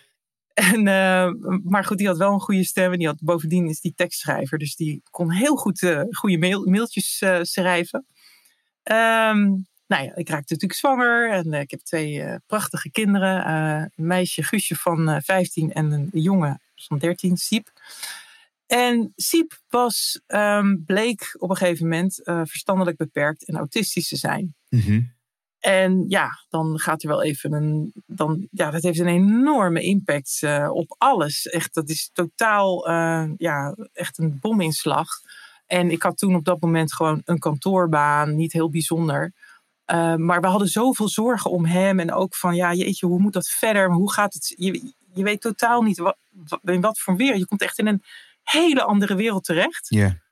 Maar goed, die had wel een goede stem. En bovendien is die tekstschrijver. Dus die kon heel goed goede mailtjes schrijven. Nou ja, ik raakte natuurlijk zwanger. En ik heb 2 prachtige kinderen. Een meisje, Guusje van 15 en een jongen van 13, Siep. En Siep bleek op een gegeven moment verstandelijk beperkt en autistisch te zijn. Mm-hmm. En ja, dan gaat er wel even dat heeft een enorme impact op alles. Echt, dat is totaal echt een bominslag. En ik had toen op dat moment gewoon een kantoorbaan, niet heel bijzonder. Maar we hadden zoveel zorgen om hem. En ook van, ja, jeetje, hoe moet dat verder? Hoe gaat het? Je weet totaal niet in wat voor wereld. Je komt echt in een hele andere wereld terecht. Ja. Yeah.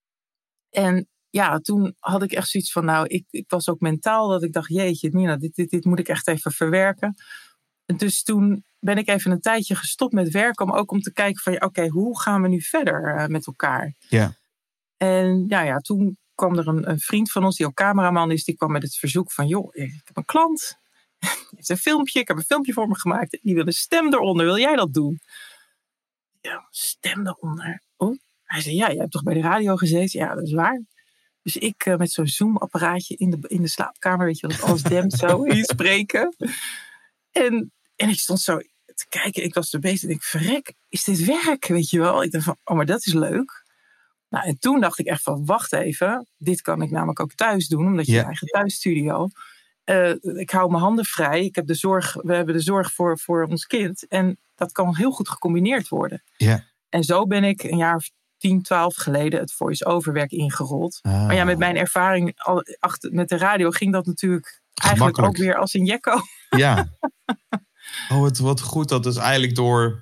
En ja, toen had ik echt zoiets van, nou, ik was ook mentaal dat ik dacht, jeetje, Nina, dit moet ik echt even verwerken. En dus toen ben ik even een tijdje gestopt met werken, om te kijken van, oké, hoe gaan we nu verder met elkaar? Ja. Yeah. En ja, toen kwam er een vriend van ons, die ook cameraman is, die kwam met het verzoek van, joh, ik heb een klant, die heeft een filmpje, ik heb een filmpje voor me gemaakt, die wil een stem eronder, wil jij dat doen? Ja, stem eronder. Oh, hij zei, ja, jij hebt toch bij de radio gezeten? Ja, dat is waar. Dus ik met zo'n Zoom-apparaatje in de slaapkamer, weet je, dat alles dempt zo, inspreken. En ik stond zo te kijken, ik was er bezig en ik verrek, is dit werk, weet je wel? Ik dacht van, oh, maar dat is leuk. Nou, en toen dacht ik echt van, wacht even, dit kan ik namelijk ook thuis doen, omdat je een eigen thuisstudio. Ik hou mijn handen vrij, we hebben de zorg voor ons kind en dat kan heel goed gecombineerd worden. Ja. En zo ben ik een jaar of 10, 12 geleden het voice-over werk ingerold. Maar ja, met mijn ervaring met de radio ging dat natuurlijk eigenlijk ook weer als een jekko. Ja. Oh, wat goed. Dat is eigenlijk door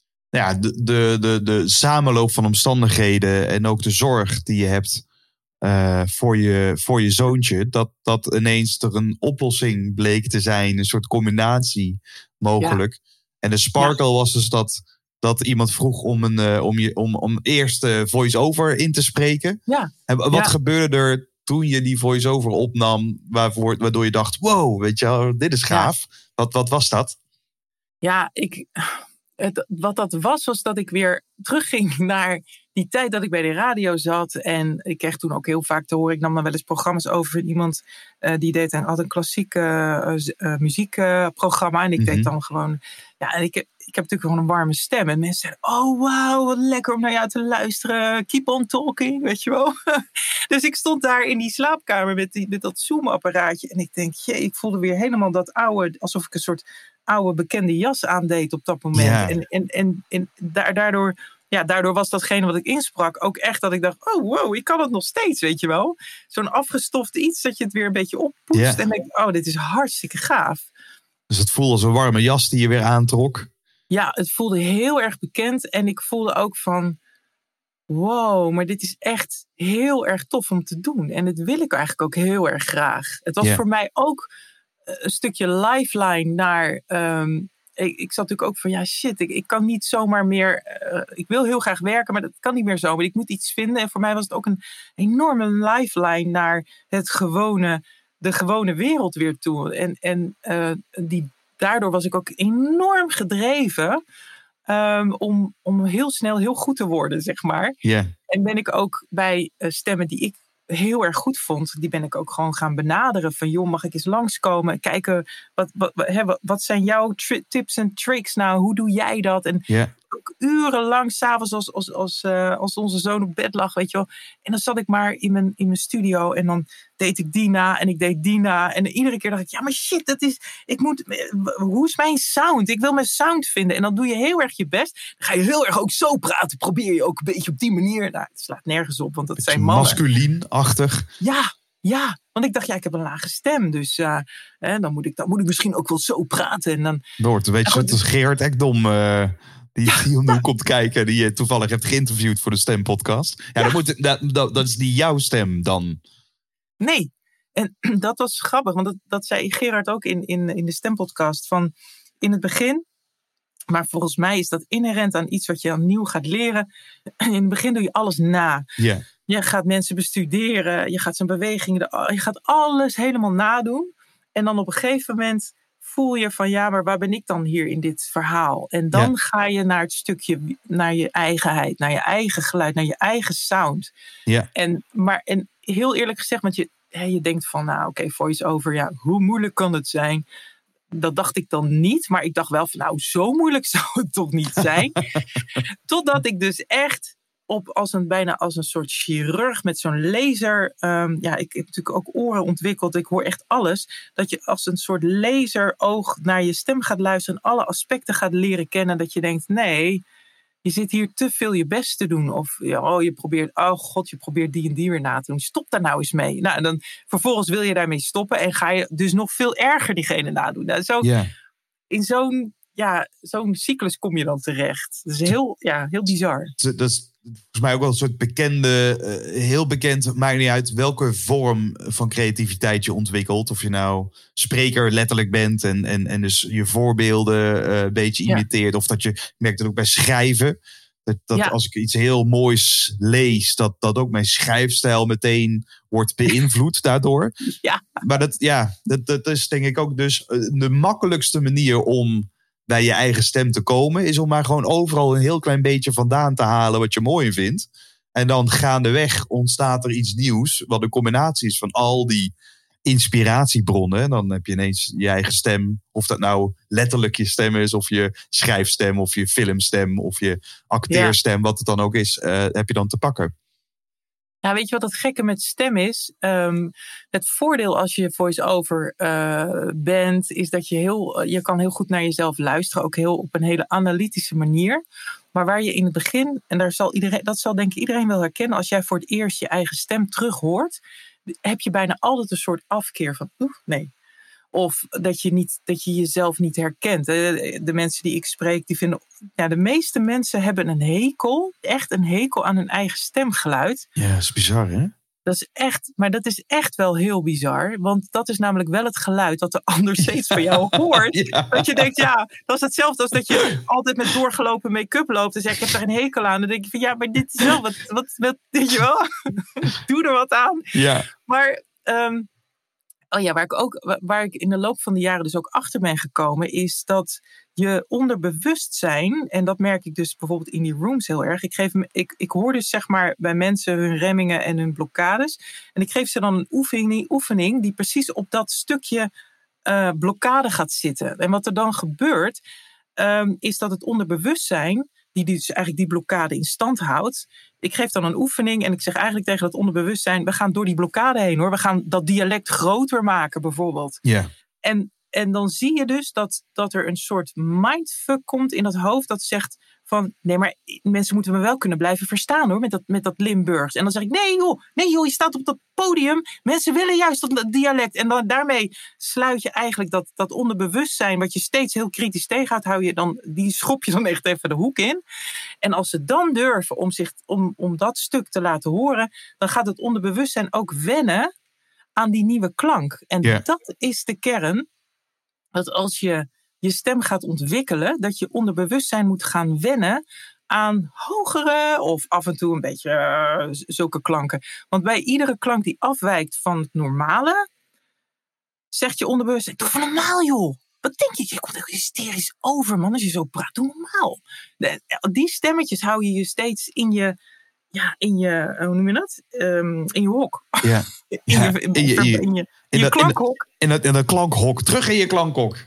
de samenloop van omstandigheden en ook de zorg die je hebt voor je zoontje, dat ineens er een oplossing bleek te zijn, een soort combinatie mogelijk. Ja. En de sparkle was dus dat iemand vroeg om eerst voice-over in te spreken. Ja. En wat gebeurde er toen je die voice-over opnam, waardoor je dacht, wow, weet je wel, dit is gaaf. Ja. Wat was dat? Ja, wat dat was dat ik weer terugging naar die tijd dat ik bij de radio zat. En ik kreeg toen ook heel vaak te horen, ik nam dan wel eens programma's over iemand die had een klassieke muziekprogramma. En ik deed dan gewoon, ja, en ik heb natuurlijk gewoon een warme stem. En mensen zeiden, oh wauw, wat lekker om naar jou te luisteren. Keep on talking, weet je wel. Dus ik stond daar in die slaapkamer met dat Zoom-apparaatje. En ik denk, ik voelde weer helemaal dat oude, alsof ik een soort oude bekende jas aandeed op dat moment. Ja. En daardoor daardoor was datgene wat ik insprak ook echt dat ik dacht, oh wow, ik kan het nog steeds, weet je wel. Zo'n afgestoft iets dat je het weer een beetje oppoetst. En denk, oh, dit is hartstikke gaaf. Dus het voelde als een warme jas die je weer aantrok. Ja, het voelde heel erg bekend. En ik voelde ook van, wow, maar dit is echt heel erg tof om te doen. En dit wil ik eigenlijk ook heel erg graag. Het was voor mij ook een stukje lifeline naar... Ik zat natuurlijk ook van, ik kan niet zomaar meer... ik wil heel graag werken, maar dat kan niet meer zo. Maar ik moet iets vinden. En voor mij was het ook een enorme lifeline naar de gewone wereld weer toe. En daardoor was ik ook enorm gedreven om heel snel heel goed te worden, zeg maar. Yeah. En ben ik ook bij stemmen die ik heel erg goed vond, die ben ik ook gewoon gaan benaderen. Van joh, mag ik eens langskomen? Kijken, wat zijn jouw tips en tricks nou? Hoe doe jij dat? En ook urenlang s'avonds als onze zoon op bed lag, weet je wel. En dan zat ik maar in mijn studio en dan deed ik die na en ik deed die na. En iedere keer dacht ik, ja maar shit, hoe is mijn sound? Ik wil mijn sound vinden. En dan doe je heel erg je best. Dan ga je heel erg ook zo praten. Probeer je ook een beetje op die manier. Nou, het slaat nergens op, want dat zijn mannen. Masculien-achtig. Ja, want ik dacht, ik heb een lage stem. Dus dan moet ik misschien ook wel zo praten. En dan wordt een beetje zoals Gerard Ekdom... Die om de hoek komt kijken. Die je toevallig hebt geïnterviewd voor de Stempodcast. Dat is niet jouw stem dan. Nee. En dat was grappig. Want dat zei Gerard ook in de Stempodcast. Van in het begin. Maar volgens mij is dat inherent aan iets wat je dan nieuw gaat leren. In het begin doe je alles na. Yeah. Je gaat mensen bestuderen. Je gaat zijn bewegingen. Je gaat alles helemaal nadoen. En dan op een gegeven moment voel je van maar waar ben ik dan hier in dit verhaal? En dan ga je naar het stukje, naar je eigenheid, naar je eigen geluid, naar je eigen sound. Ja. En heel eerlijk gezegd, want je denkt van, voice-over, hoe moeilijk kan het zijn? Dat dacht ik dan niet, maar ik dacht wel van, zo moeilijk zou het toch niet zijn? Totdat ik dus echt bijna als een soort chirurg met zo'n laser. Ik heb natuurlijk ook oren ontwikkeld. Ik hoor echt alles. Dat je als een soort laseroog naar je stem gaat luisteren. En alle aspecten gaat leren kennen. Dat je denkt, nee, je zit hier te veel je best te doen. Of je probeert die en die weer na te doen. Stop daar nou eens mee. Nou, en dan vervolgens wil je daarmee stoppen. En ga je dus nog veel erger diegene nadoen. Nou, in zo'n cyclus kom je dan terecht. Dat is heel bizar. Dat is volgens mij ook wel een soort heel bekend, maakt niet uit welke vorm van creativiteit je ontwikkelt. Of je nou spreker letterlijk bent en dus je voorbeelden een beetje imiteert. Of dat je merkt dat ook bij schrijven. Dat als ik iets heel moois lees, dat ook mijn schrijfstijl meteen wordt beïnvloed daardoor. Ja. Maar dat is denk ik ook dus de makkelijkste manier om bij je eigen stem te komen, is om maar gewoon overal een heel klein beetje vandaan te halen wat je mooi vindt. En dan gaandeweg ontstaat er iets nieuws, wat een combinatie is van al die inspiratiebronnen. En dan heb je ineens je eigen stem, of dat nou letterlijk je stem is, of je schrijfstem, of je filmstem, of je acteerstem, wat het dan ook is, heb je dan te pakken. Ja, weet je wat het gekke met stem is? Het voordeel als je voice-over bent, is dat je kan heel goed naar jezelf luisteren. Ook op een hele analytische manier. Maar waar je in het begin, en dat zal denk ik iedereen wel herkennen, als jij voor het eerst je eigen stem terug hoort, heb je bijna altijd een soort afkeer van, nee. Of dat je jezelf niet herkent. De mensen die ik spreek, die vinden, de meeste mensen hebben een hekel aan hun eigen stemgeluid. Ja, dat is bizar, hè? Dat is echt wel heel bizar. Want dat is namelijk wel het geluid dat de ander steeds van jou hoort. Ja. Dat je denkt, dat is hetzelfde als dat je altijd met doorgelopen make-up loopt. En zegt, ik heb er een hekel aan. Dan denk je van, maar dit is wel wat weet je wel? Doe er wat aan. Ja. Maar waar ik in de loop van de jaren dus ook achter ben gekomen, is dat je onderbewustzijn, en dat merk ik dus bijvoorbeeld in die rooms heel erg. Ik hoor dus zeg maar bij mensen hun remmingen en hun blokkades. En ik geef ze dan een oefening die precies op dat stukje blokkade gaat zitten. En wat er dan gebeurt, is dat het onderbewustzijn, die dus eigenlijk die blokkade in stand houdt. Ik geef dan een oefening en ik zeg eigenlijk tegen dat onderbewustzijn, we gaan door die blokkade heen hoor. We gaan dat dialect groter maken bijvoorbeeld. Ja. En dan zie je dus dat er een soort mindfuck komt in dat hoofd dat zegt van, nee, maar mensen moeten me wel kunnen blijven verstaan hoor, met dat Limburgs. En dan zeg ik, nee joh, je staat op dat podium. Mensen willen juist dat dialect. En dan daarmee sluit je eigenlijk dat onderbewustzijn, wat je steeds heel kritisch tegenhoudt, die schop je dan echt even de hoek in. En als ze dan durven om dat stuk te laten horen, dan gaat het onderbewustzijn ook wennen aan die nieuwe klank. En dat is de kern, dat als je stem gaat ontwikkelen, dat je onderbewustzijn moet gaan wennen aan hogere of af en toe een beetje zulke klanken. Want bij iedere klank die afwijkt van het normale, zegt je onderbewustzijn, doe van normaal joh. Wat denk je? Je komt echt hysterisch over man als je zo praat. Doe normaal. Die stemmetjes hou je steeds in je, hoe noem je dat? In je hok. Ja. In je klankhok. In dat klankhok. Terug in je klankhok.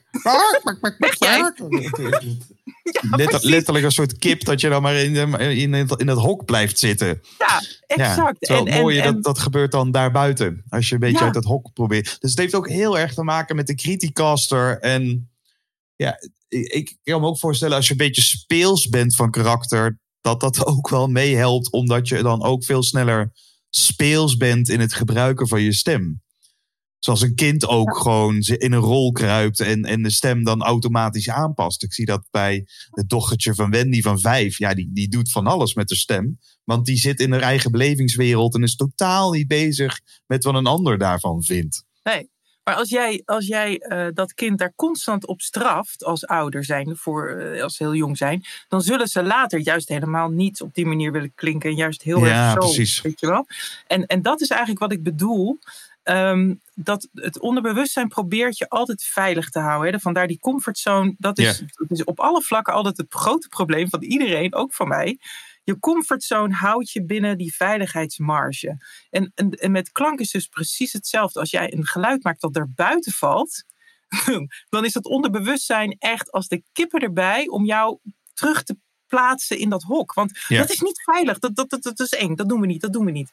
Letterlijk een soort kip dat je dan maar in dat hok blijft zitten. Ja, exact. Ja, mooi, dat gebeurt dan daarbuiten. Als je een beetje uit dat hok probeert. Dus het heeft ook heel erg te maken met de Criticaster. En ja, ik kan me ook voorstellen als je een beetje speels bent van karakter, dat ook wel meehelpt, omdat je dan ook veel sneller speels bent in het gebruiken van je stem. Zoals een kind ook gewoon in een rol kruipt en de stem dan automatisch aanpast. Ik zie dat bij het dochtertje van Wendy van 5. Ja, die doet van alles met de stem. Want die zit in haar eigen belevingswereld en is totaal niet bezig met wat een ander daarvan vindt. Nee. Maar als jij dat kind daar constant op straft als ouder zijn, als ze heel jong zijn, dan zullen ze later juist helemaal niet op die manier willen klinken. En juist heel erg zo, precies. Weet je wel. En dat is eigenlijk wat ik bedoel. Dat het onderbewustzijn probeert je altijd veilig te houden. Hè? Vandaar die comfortzone. Dat is op alle vlakken altijd het grote probleem van iedereen, ook van mij. Je comfortzone houdt je binnen die veiligheidsmarge. En met klank is dus precies hetzelfde. Als jij een geluid maakt dat er buiten valt, dan is het onderbewustzijn echt als de kippen erbij om jou terug te plaatsen in dat hok. Want dat is niet veilig. Dat is eng. Dat doen we niet.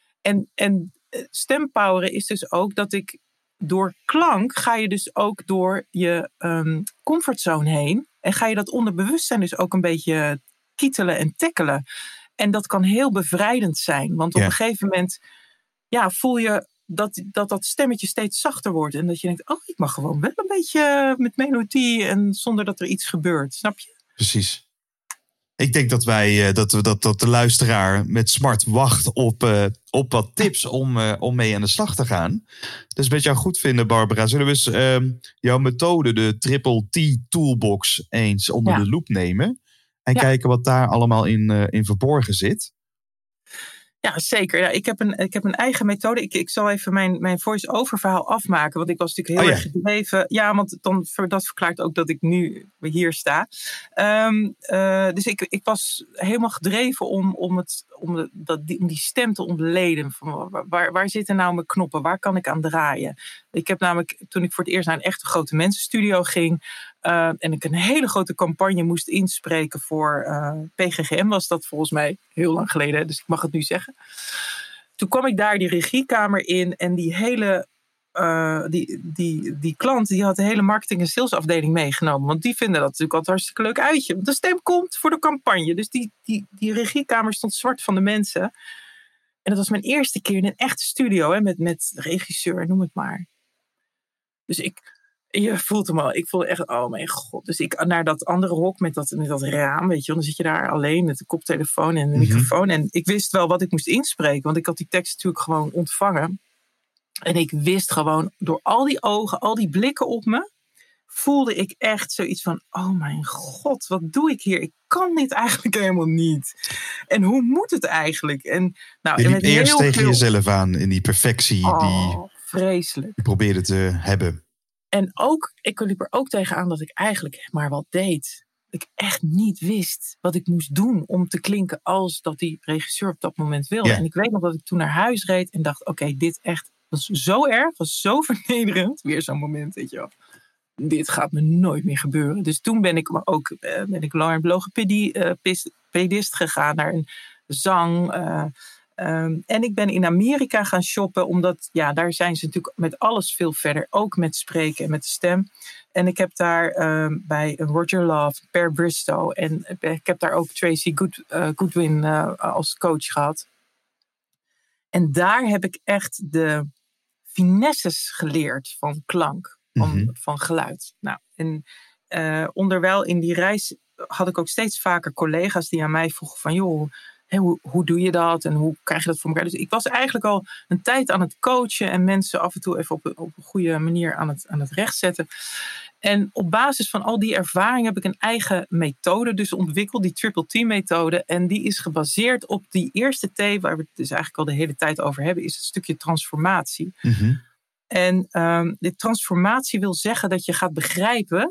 En stempoweren is dus ook dat door klank ga je dus ook door je comfortzone heen. En ga je dat onderbewustzijn dus ook een beetje kietelen en tackelen. En dat kan heel bevrijdend zijn. Want op een gegeven moment voel je dat stemmetje steeds zachter wordt. En dat je denkt, ik mag gewoon wel een beetje met melodie en zonder dat er iets gebeurt. Snap je? Precies. Ik denk dat dat de luisteraar met smart wacht op wat tips om mee aan de slag te gaan. Dus met jou goed vinden, Barbara, zullen we eens jouw methode, de Triple T Toolbox, eens onder de loep nemen. En kijken wat daar allemaal in verborgen zit. Ja, zeker. Ja, ik heb een eigen methode. Ik zal even mijn voice-over verhaal afmaken. Want ik was natuurlijk heel erg gedreven. Ja, want dat verklaart ook dat ik nu hier sta. Dus ik was helemaal gedreven om die stem te ontleden. Waar zitten nou mijn knoppen? Waar kan ik aan draaien? Ik heb namelijk, toen ik voor het eerst naar een echte grote mensenstudio ging, en ik een hele grote campagne moest inspreken voor PGGM, was dat volgens mij heel lang geleden, dus ik mag het nu zeggen. Toen kwam ik daar die regiekamer in en die hele die klant die had de hele marketing- en salesafdeling meegenomen. Want die vinden dat natuurlijk altijd hartstikke leuk uitje. Want de stem komt voor de campagne. Dus die regiekamer stond zwart van de mensen. En dat was mijn eerste keer in een echte studio, hè, met regisseur, noem het maar. Dus je voelt hem al. Ik voelde echt, oh mijn god. Dus ik naar dat andere hok met dat raam, weet je. Dan zit je daar alleen met de koptelefoon en de microfoon. En ik wist wel wat ik moest inspreken. Want ik had die tekst natuurlijk gewoon ontvangen. En ik wist gewoon, door al die ogen, al die blikken op me, voelde ik echt zoiets van, oh mijn god, wat doe ik hier? Ik kan dit eigenlijk helemaal niet. En hoe moet het eigenlijk? En, nou, je liep eerst tegen jezelf aan in die perfectie die vreselijk. je probeerde te hebben. En ook, ik liep er ook tegenaan dat ik eigenlijk maar wat deed. Dat ik echt niet wist wat ik moest doen om te klinken als dat die regisseur op dat moment wilde. Ja. En ik weet nog dat ik toen naar huis reed en dacht, oké, dit echt was zo erg, was zo vernederend. Weer zo'n moment, weet je wel. Dit gaat me nooit meer gebeuren. Dus toen ben ik langer logopedist gegaan naar een zang, En ik ben in Amerika gaan shoppen, omdat daar zijn ze natuurlijk met alles veel verder. Ook met spreken en met de stem. En ik heb daar bij Roger Love, Per Bristow. En ik heb daar ook Tracy Goodwin als coach gehad. En daar heb ik echt de finesses geleerd van klank, van geluid. Nou, en onderwijl in die reis had ik ook steeds vaker collega's die aan mij vroegen van... joh, hoe doe je dat en hoe krijg je dat voor elkaar? Dus ik was eigenlijk al een tijd aan het coachen en mensen af en toe even op een goede manier aan het rechtzetten. En op basis van al die ervaring heb ik een eigen methode dus ontwikkeld, die Triple T-methode. En die is gebaseerd op die eerste T, waar we het dus eigenlijk al de hele tijd over hebben, is het stukje transformatie. Mm-hmm. En de transformatie wil zeggen dat je gaat begrijpen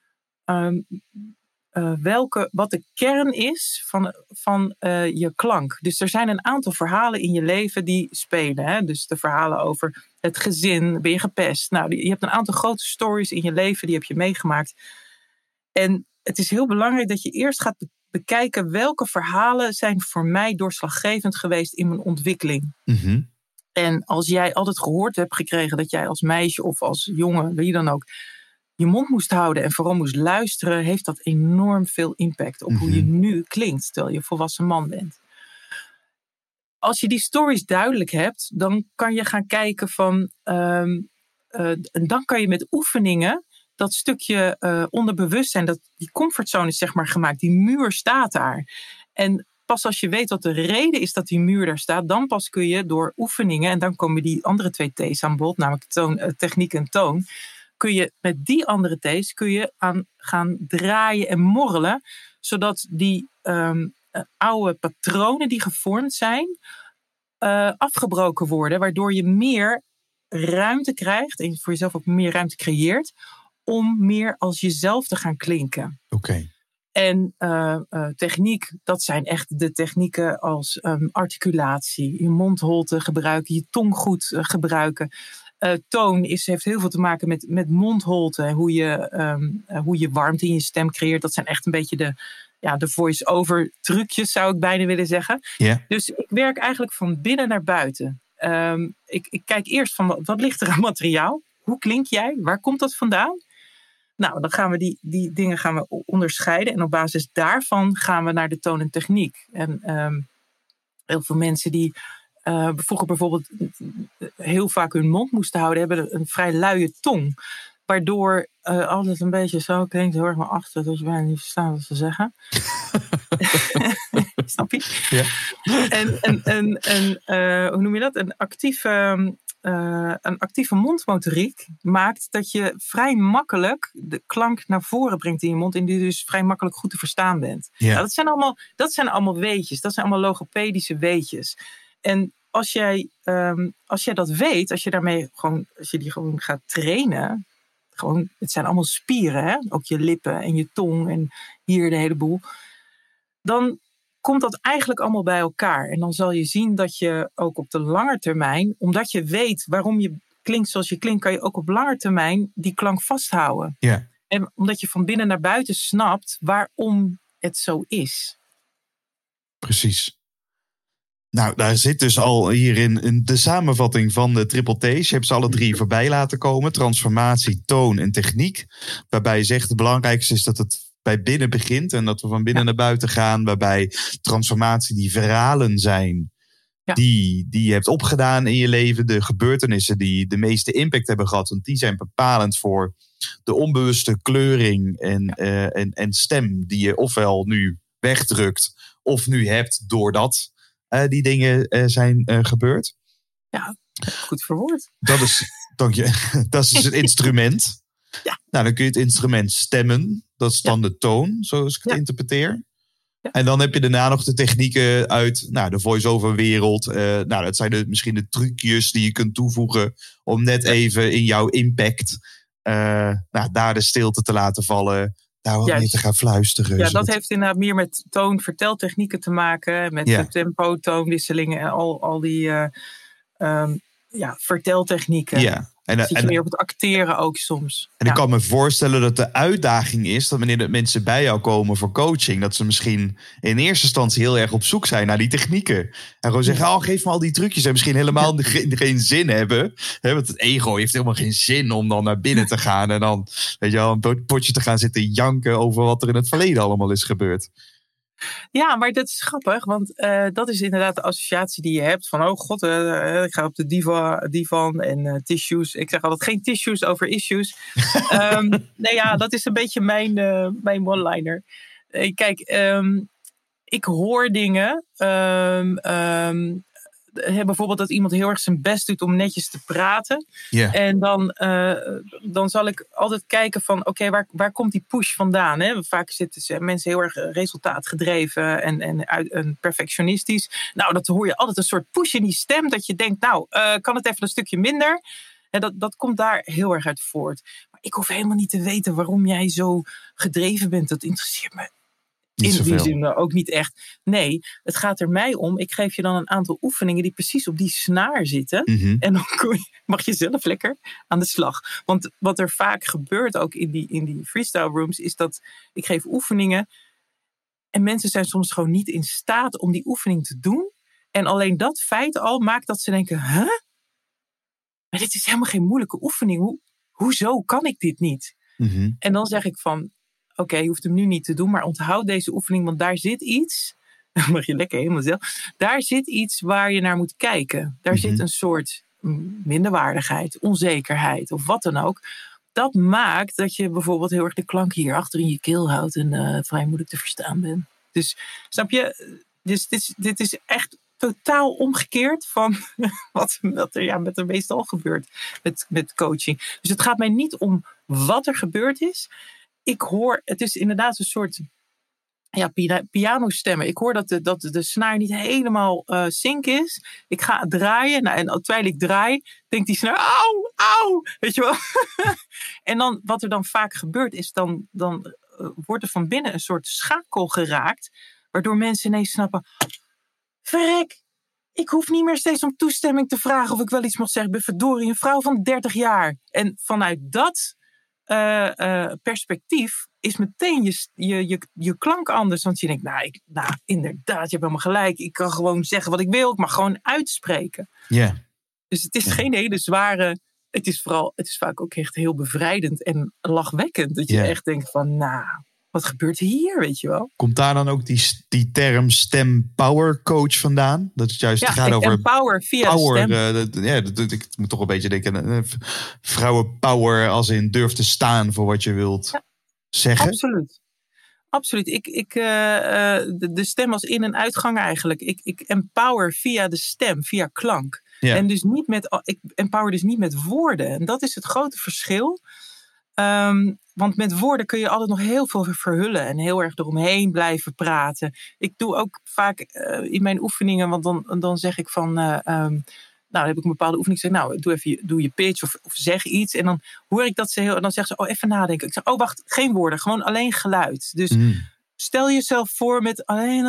wat de kern is van je klank. Dus er zijn een aantal verhalen in je leven die spelen. Hè? Dus de verhalen over het gezin, ben je gepest. Nou, je hebt een aantal grote stories in je leven, die heb je meegemaakt. En het is heel belangrijk dat je eerst gaat bekijken welke verhalen zijn voor mij doorslaggevend geweest in mijn ontwikkeling. Mm-hmm. En als jij altijd gehoord hebt gekregen dat jij als meisje of als jongen, wie dan ook, je mond moest houden en vooral moest luisteren, heeft dat enorm veel impact op hoe je nu klinkt, terwijl je volwassen man bent. Als je die stories duidelijk hebt, dan kan je gaan kijken van, dan kan je met oefeningen dat stukje onderbewustzijn, die comfortzone is zeg maar gemaakt, die muur staat daar. En pas als je weet wat de reden is dat die muur daar staat, dan pas kun je door oefeningen, en dan komen die andere 2 T's aan bod, namelijk techniek en toon, kun je met die andere T's aan gaan draaien en morrelen, zodat die oude patronen die gevormd zijn, afgebroken worden, waardoor je meer ruimte krijgt en voor jezelf ook meer ruimte creëert om meer als jezelf te gaan klinken. Oké. En techniek, dat zijn echt de technieken als articulatie, je mondholte gebruiken, je tong goed gebruiken. Toon heeft heel veel te maken met mondholte en hoe je warmte in je stem creëert. Dat zijn echt een beetje de voice-over trucjes, zou ik bijna willen zeggen. Yeah. Dus ik werk eigenlijk van binnen naar buiten. Ik kijk eerst van wat ligt er aan materiaal? Hoe klink jij? Waar komt dat vandaan? Nou, dan gaan we die dingen gaan we onderscheiden. En op basis daarvan gaan we naar de toon en techniek. En heel veel mensen die vroeger bijvoorbeeld heel vaak hun mond moesten houden, hebben een vrij luie tong. Waardoor altijd een beetje zo klinkt, heel erg naar achter, dat je bijna niet verstaat wat ze zeggen. Snap je? Ja. En hoe noem je dat? Een actieve mondmotoriek maakt dat je vrij makkelijk de klank naar voren brengt in je mond en die dus vrij makkelijk goed te verstaan bent. Ja. Nou, dat zijn allemaal weetjes. Dat zijn allemaal logopedische weetjes. En als jij dat weet, als je die gewoon gaat trainen, het zijn allemaal spieren, hè? Ook je lippen en je tong en hier de hele boel, dan komt dat eigenlijk allemaal bij elkaar. En dan zal je zien dat je ook op de lange termijn, omdat je weet waarom je klinkt zoals je klinkt, kan je ook op lange termijn die klank vasthouden. Ja. En omdat je van binnen naar buiten snapt waarom het zo is. Precies. Nou, daar zit dus al hierin de samenvatting van de Triple T's. Je hebt ze alle 3 voorbij laten komen. Transformatie, toon en techniek. Waarbij je zegt het belangrijkste is dat het bij binnen begint. En dat we van binnen naar buiten gaan. Waarbij transformatie die verhalen zijn. Ja. Die je hebt opgedaan in je leven. De gebeurtenissen die de meeste impact hebben gehad. Want die zijn bepalend voor de onbewuste kleuring en stem. Die je ofwel nu wegdrukt of nu hebt doordat die dingen zijn gebeurd. Ja, goed verwoord. Dank je. Dat is dus het instrument. Ja. Nou, dan kun je het instrument stemmen. Dat is dan de toon, zoals ik het interpreteer. Ja. En dan heb je daarna nog de technieken uit de voice-over wereld. Dat zijn misschien de trucjes die je kunt toevoegen om net even in jouw impact daar de stilte te laten vallen. Daar wat meer te gaan fluisteren. Ja, dat heeft inderdaad meer met toon-verteltechnieken te maken. Met tempo, toonwisselingen en al die verteltechnieken. Ja. Zit je meer op het acteren ook soms. En ik kan me voorstellen dat de uitdaging is dat wanneer de mensen bij jou komen voor coaching, dat ze misschien in eerste instantie heel erg op zoek zijn naar die technieken. En gewoon zeggen, geef me al die trucjes. En misschien helemaal geen zin hebben. Want het ego heeft helemaal geen zin om dan naar binnen te gaan. En dan een potje te gaan zitten janken over wat er in het verleden allemaal is gebeurd. Ja, maar dat is grappig, want dat is inderdaad de associatie die je hebt van, oh god, ik ga op de divan en tissues. Ik zeg altijd geen tissues over issues. Dat is een beetje mijn one-liner. Kijk, ik hoor dingen. Bijvoorbeeld dat iemand heel erg zijn best doet om netjes te praten. Yeah. En dan zal ik altijd kijken van, oké, waar komt die push vandaan? Hè? Vaak zitten mensen heel erg resultaatgedreven en perfectionistisch. Nou, dat hoor je altijd een soort push in die stem. Dat je denkt, kan het even een stukje minder? En dat komt daar heel erg uit voort. Maar ik hoef helemaal niet te weten waarom jij zo gedreven bent. Dat interesseert me in die zin ook niet echt. Nee, het gaat er mij om. Ik geef je dan een aantal oefeningen die precies op die snaar zitten. Mm-hmm. En dan mag je zelf lekker aan de slag. Want wat er vaak gebeurt ook in die freestyle rooms, is dat ik geef oefeningen. En mensen zijn soms gewoon niet in staat om die oefening te doen. En alleen dat feit al maakt dat ze denken, maar dit is helemaal geen moeilijke oefening. Hoezo kan ik dit niet? Mm-hmm. En dan zeg ik van, oké, je hoeft hem nu niet te doen, maar onthoud deze oefening, want daar zit iets. Dan mag je lekker helemaal zelf. Daar zit iets waar je naar moet kijken. Daar zit een soort minderwaardigheid, onzekerheid of wat dan ook. Dat maakt dat je bijvoorbeeld heel erg de klank hier achter in je keel houdt en vrij moeilijk te verstaan bent. Dus snap je? Dus dit is echt totaal omgekeerd van wat er met de meestal gebeurt met coaching. Dus het gaat mij niet om wat er gebeurd is. Ik hoor, het is inderdaad een soort pianostemmen. Ik hoor dat de snaar niet helemaal sync is. Ik ga draaien. En terwijl ik draai, denkt die snaar, auw, weet je wel. En dan, wat er dan vaak gebeurt, is dan wordt er van binnen een soort schakel geraakt, waardoor mensen ineens snappen, verrek, ik hoef niet meer steeds om toestemming te vragen of ik wel iets mag zeggen. Ik ben verdorie een vrouw van 30 jaar. En vanuit dat perspectief is meteen je klank anders. Want je denkt, inderdaad, je hebt helemaal gelijk. Ik kan gewoon zeggen wat ik wil. Ik mag gewoon uitspreken. Yeah. Dus het is geen hele zware. Het is vaak ook echt heel bevrijdend en lachwekkend. Dat je echt denkt van, wat gebeurt hier, weet je wel? Komt daar dan ook die term stem power coach vandaan? Dat het juist gaat over power via power, de stem. Ik moet toch een beetje denken, vrouwenpower als in durf te staan voor wat je wilt zeggen. Absoluut. De stem als in- en uitgang eigenlijk. Ik empower via de stem, via klank. Ja. En dus ik empower dus niet met woorden. En dat is het grote verschil. Want met woorden kun je altijd nog heel veel verhullen en heel erg eromheen blijven praten. Ik doe ook vaak in mijn oefeningen, want dan zeg ik van, dan heb ik een bepaalde oefening. Ik zeg, doe je pitch of zeg iets. En dan hoor ik dat en dan zeggen ze, even nadenken. Ik zeg, wacht, geen woorden, gewoon alleen geluid. Dus stel jezelf voor met alleen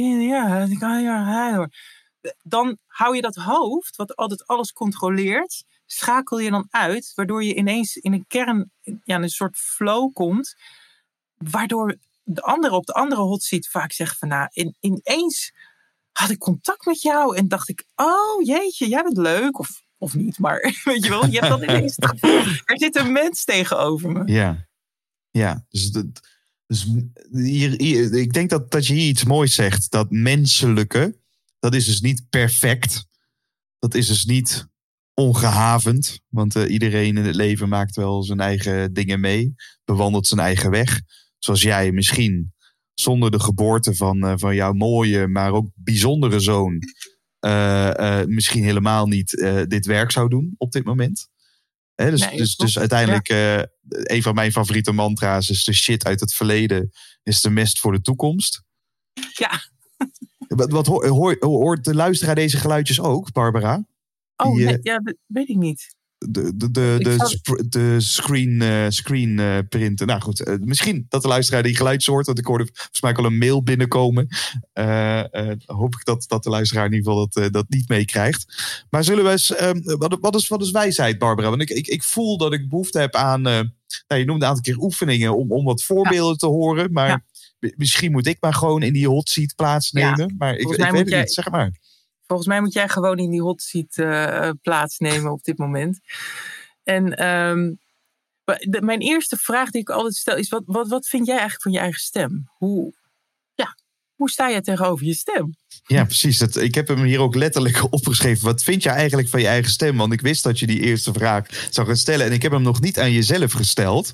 dan hou je dat hoofd, wat altijd alles controleert, schakel je dan uit, waardoor je ineens in een kern, een soort flow komt, waardoor de andere op de andere hot seat vaak zegt van, ineens had ik contact met jou en dacht ik, oh jeetje, jij bent leuk of niet, maar weet je wel, je hebt dan ineens het gevoel, er zit een mens tegenover me. Ja. Dus hier, ik denk dat je hier iets moois zegt, dat menselijke, dat is dus niet perfect, dat is dus niet ongehavend, want iedereen in het leven maakt wel zijn eigen dingen mee, bewandelt zijn eigen weg, zoals jij misschien zonder de geboorte van jouw mooie, maar ook bijzondere zoon misschien helemaal niet dit werk zou doen op dit moment. Dus uiteindelijk, een van mijn favoriete mantra's is de shit uit het verleden is de mest voor de toekomst. Ja. Wat hoort de luisteraar deze geluidjes ook, Barbara? Dat weet ik niet. de screen printen. Nou goed, misschien dat de luisteraar die geluid hoort. Want ik hoorde volgens mij al een mail binnenkomen. Hoop ik dat de luisteraar in ieder geval dat niet meekrijgt. Maar zullen we eens... wat is wijsheid, Barbara? Want ik voel dat ik behoefte heb aan... je noemde een aantal keer oefeningen om wat voorbeelden te horen. Maar misschien moet ik maar gewoon in die hot seat plaatsnemen. Ja, maar ik weet het niet, zeg maar. Volgens mij moet jij gewoon in die hot seat plaatsnemen op dit moment. En mijn eerste vraag die ik altijd stel is... Wat vind jij eigenlijk van je eigen stem? Hoe sta jij tegenover je stem? Ja, precies. Ik heb hem hier ook letterlijk opgeschreven. Wat vind jij eigenlijk van je eigen stem? Want ik wist dat je die eerste vraag zou gaan stellen. En ik heb hem nog niet aan jezelf gesteld.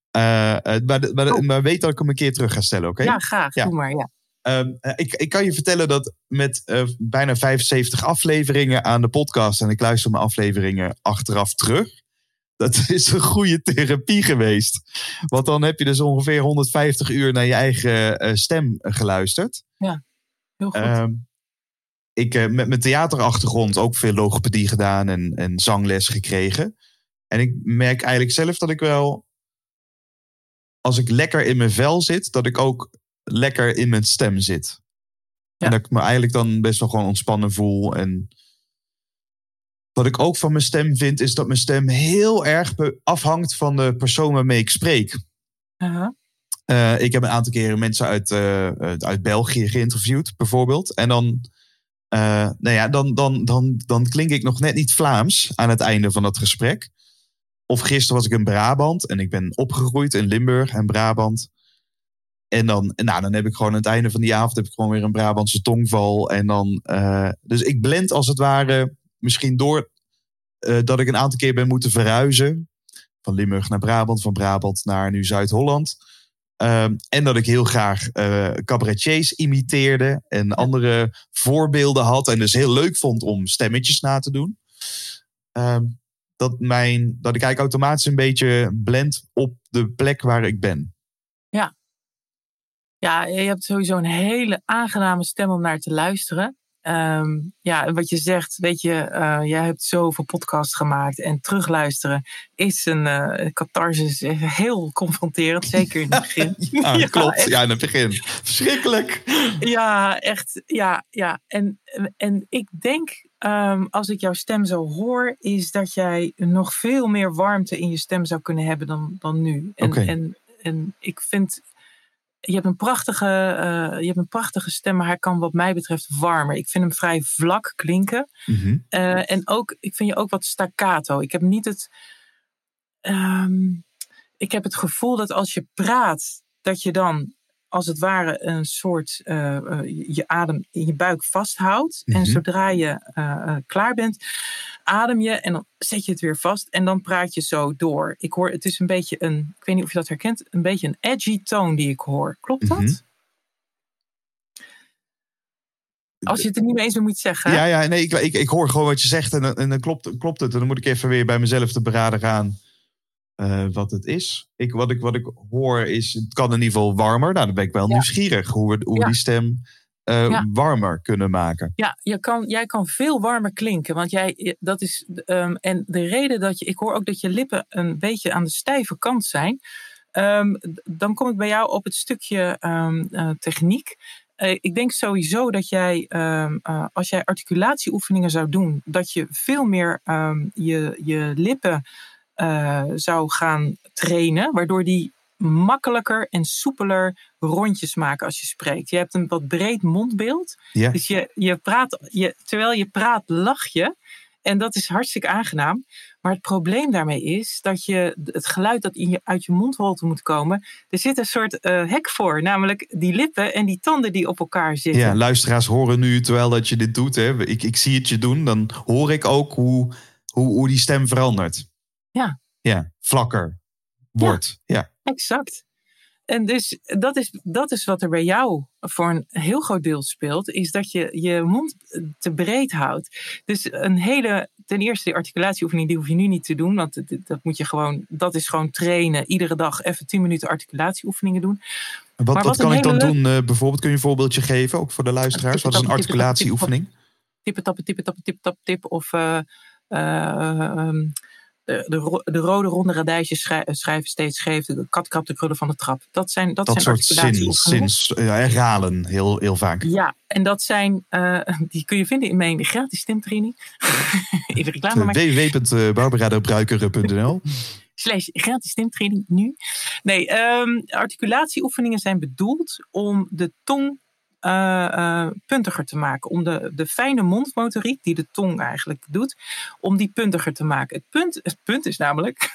Maar weet dat ik hem een keer terug ga stellen, oké? Ja, graag. Ja. Doe maar, ja. Ik kan je vertellen dat met bijna 75 afleveringen aan de podcast... en ik luister mijn afleveringen achteraf terug... dat is een goede therapie geweest. Want dan heb je dus ongeveer 150 uur naar je eigen stem geluisterd. Ja, heel goed. Ik met mijn theaterachtergrond ook veel logopedie gedaan en zangles gekregen. En ik merk eigenlijk zelf dat ik wel... als ik lekker in mijn vel zit... dat ik ook lekker in mijn stem zit. Ja. En dat ik me eigenlijk dan best wel gewoon ontspannen voel. En wat ik ook van mijn stem vind... is dat mijn stem heel erg afhangt van de persoon waarmee ik spreek. Uh-huh. Ik heb een aantal keren mensen uit België geïnterviewd, bijvoorbeeld. En dan klink ik nog net niet Vlaams aan het einde van dat gesprek. Of gisteren was ik in Brabant en ik ben opgegroeid in Limburg en Brabant. En dan heb ik gewoon aan het einde van die avond heb ik gewoon weer een Brabantse tongval. En dan, dus ik blend als het ware misschien door dat ik een aantal keer ben moeten verhuizen. Van Limburg naar Brabant, van Brabant naar nu Zuid-Holland. En dat ik heel graag cabaretiers imiteerde en andere voorbeelden had. En dus heel leuk vond om stemmetjes na te doen. Dat ik eigenlijk automatisch een beetje blend op de plek waar ik ben. Ja, je hebt sowieso een hele aangename stem om naar te luisteren. En wat je zegt, weet je, jij hebt zoveel podcasts gemaakt en terugluisteren is een catharsis heel confronterend, zeker in het begin. Ja, klopt. Echt. Ja, in het begin. Verschrikkelijk. Ja, echt. Ja. En ik denk, als ik jouw stem zo hoor, is dat jij nog veel meer warmte in je stem zou kunnen hebben dan nu. En ik vind... Je hebt een prachtige stem, maar hij kan wat mij betreft warmer. Ik vind hem vrij vlak klinken. Mm-hmm. En ook, ik vind je ook wat staccato. Ik heb niet ik heb het gevoel dat als je praat, dat je dan als het ware een soort je adem in je buik vasthoudt. Mm-hmm. En zodra je klaar bent, adem je en dan zet je het weer vast. En dan praat je zo door. Ik hoor, het is een beetje ik weet niet of je dat herkent, een beetje een edgy toon die ik hoor. Klopt dat? Mm-hmm. Als je het er niet mee eens bent, moet je het zeggen. Ja, nee, ik hoor gewoon wat je zegt en dan klopt het. En dan moet ik even weer bij mezelf te beraden gaan. Wat het is. Wat ik hoor is, het kan in ieder geval warmer. Nou, dan ben ik wel nieuwsgierig hoe we die stem warmer kunnen maken. Ja, jij kan veel warmer klinken. Want dat is, en de reden dat ik hoor ook dat je lippen een beetje aan de stijve kant zijn. Dan kom ik bij jou op het stukje techniek. Ik denk sowieso dat jij, als jij articulatieoefeningen zou doen, dat je veel meer je lippen zou gaan trainen, waardoor die makkelijker en soepeler rondjes maken als je spreekt. Je hebt een wat breed mondbeeld. Ja. Dus je praat, terwijl je praat, lach je. En dat is hartstikke aangenaam. Maar het probleem daarmee is dat het geluid dat uit je mondholte moet komen, er zit een soort hek voor. Namelijk die lippen en die tanden die op elkaar zitten. Ja, luisteraars horen nu, terwijl dat je dit doet, hè, ik zie het je doen, dan hoor ik ook hoe die stem verandert. Ja, vlakker wordt. Ja, exact. En dus dat is wat er bij jou voor een heel groot deel speelt, is dat je je mond te breed houdt. Dus ten eerste die articulatieoefening, die hoef je nu niet te doen, want dat is gewoon trainen. Iedere dag even 10 minuten articulatieoefeningen doen. Wat kan ik dan doen? Bijvoorbeeld, kun je een voorbeeldje geven, ook voor de luisteraars? Wat is een articulatieoefening? Tippen, tappen, tip. Of de rode ronde radijsjes schrijven steeds scheef. De kat kapt de krullen van de trap. Dat zijn soort zins herhalen heel vaak. Ja, en dat zijn, die kun je vinden in mijn gratis stemtraining. Even reclame maken. www.barbaradebruikeren.nl /gratis stemtraining nu. Nee, articulatieoefeningen zijn bedoeld om de tong puntiger te maken. Om de fijne mondmotoriek die de tong eigenlijk doet, om die puntiger te maken. Het punt is namelijk,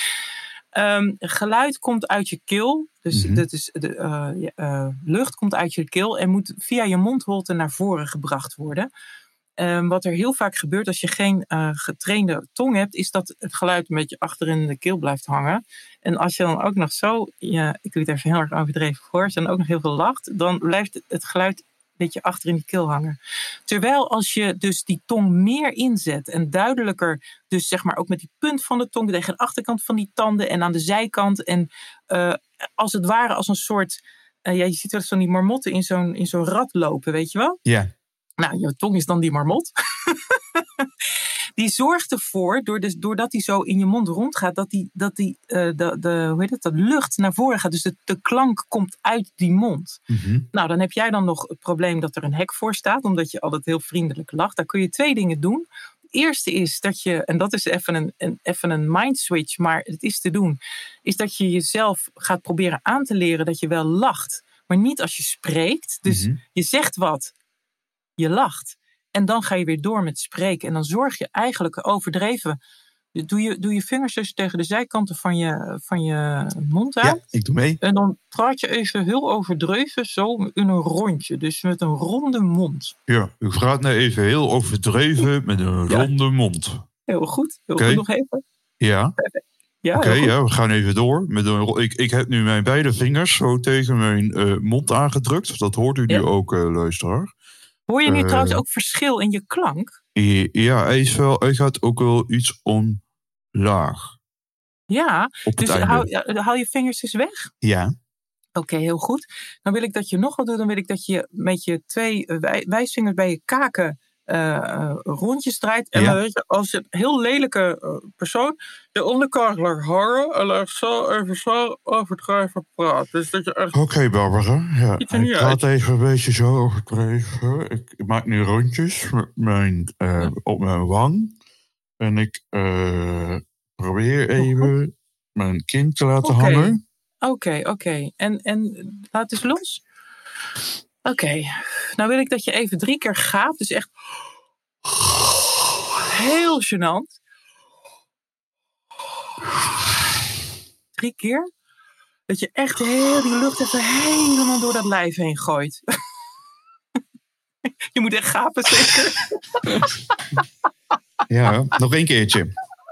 geluid komt uit je keel. Dus dat is lucht komt uit je keel en moet via je mondholte naar voren gebracht worden. Wat er heel vaak gebeurt als je geen getrainde tong hebt, is dat het geluid een beetje achter in de keel blijft hangen. En als je dan ook nog zo, ik doe het even heel erg overdreven voor, als je dan ook nog heel veel lacht, dan blijft het geluid een beetje achter in die keel hangen. Terwijl als je dus die tong meer inzet en duidelijker, dus zeg maar ook met die punt van de tong tegen de achterkant van die tanden en aan de zijkant en als het ware als een soort, je ziet wel eens van die marmotten in zo'n rad lopen, weet je wel? Ja. Nou, je tong is dan die marmot. Die zorgt ervoor, doordat die zo in je mond rondgaat, dat de lucht naar voren gaat. Dus de klank komt uit die mond. Mm-hmm. Nou, dan heb jij dan nog het probleem dat er een hek voor staat, omdat je altijd heel vriendelijk lacht. Daar kun je 2 dingen doen. Het eerste is dat je, en dat is even een mind switch, maar het is te doen, is dat je jezelf gaat proberen aan te leren dat je wel lacht, maar niet als je spreekt. Dus je zegt wat, je lacht. En dan ga je weer door met spreken. En dan zorg je eigenlijk overdreven. Doe je vingers dus tegen de zijkanten van je mond uit. Ja, ik doe mee. En dan praat je even heel overdreven zo in een rondje. Dus met een ronde mond. Ja, u praat nou even heel overdreven met een ronde mond. Heel goed. Heel goed nog even. Ja. Ja, Oké, we gaan even door. Ik heb nu mijn beide vingers zo tegen mijn mond aangedrukt. Dat hoort u nu ook, luisteraar. Hoor je nu trouwens ook verschil in je klank? Ja, hij gaat ook wel iets omlaag. Ja, dus haal je vingers eens weg. Ja. Oké, heel goed. Dan wil ik dat je nog wat doet. Dan wil ik dat je met je 2 wijsvingers bij je kaken rondjes draait. En dan weet je, als je een heel lelijke persoon je onderkant laat horen en dan zo even zo overdreven praat. Dus dat je echt... Oké, Barbara. Ja, ik praat even een beetje zo overdreven. Ik maak nu rondjes met op mijn wang. En ik probeer even mijn kin te laten hangen. Oké. En laat eens los. Oké, nou wil ik dat je even 3 keer gaat. Dus echt heel gênant. 3 keer. Dat je echt heel die lucht even helemaal door dat lijf heen gooit. Je moet echt gapen zeker. Ja, nog 1 keertje.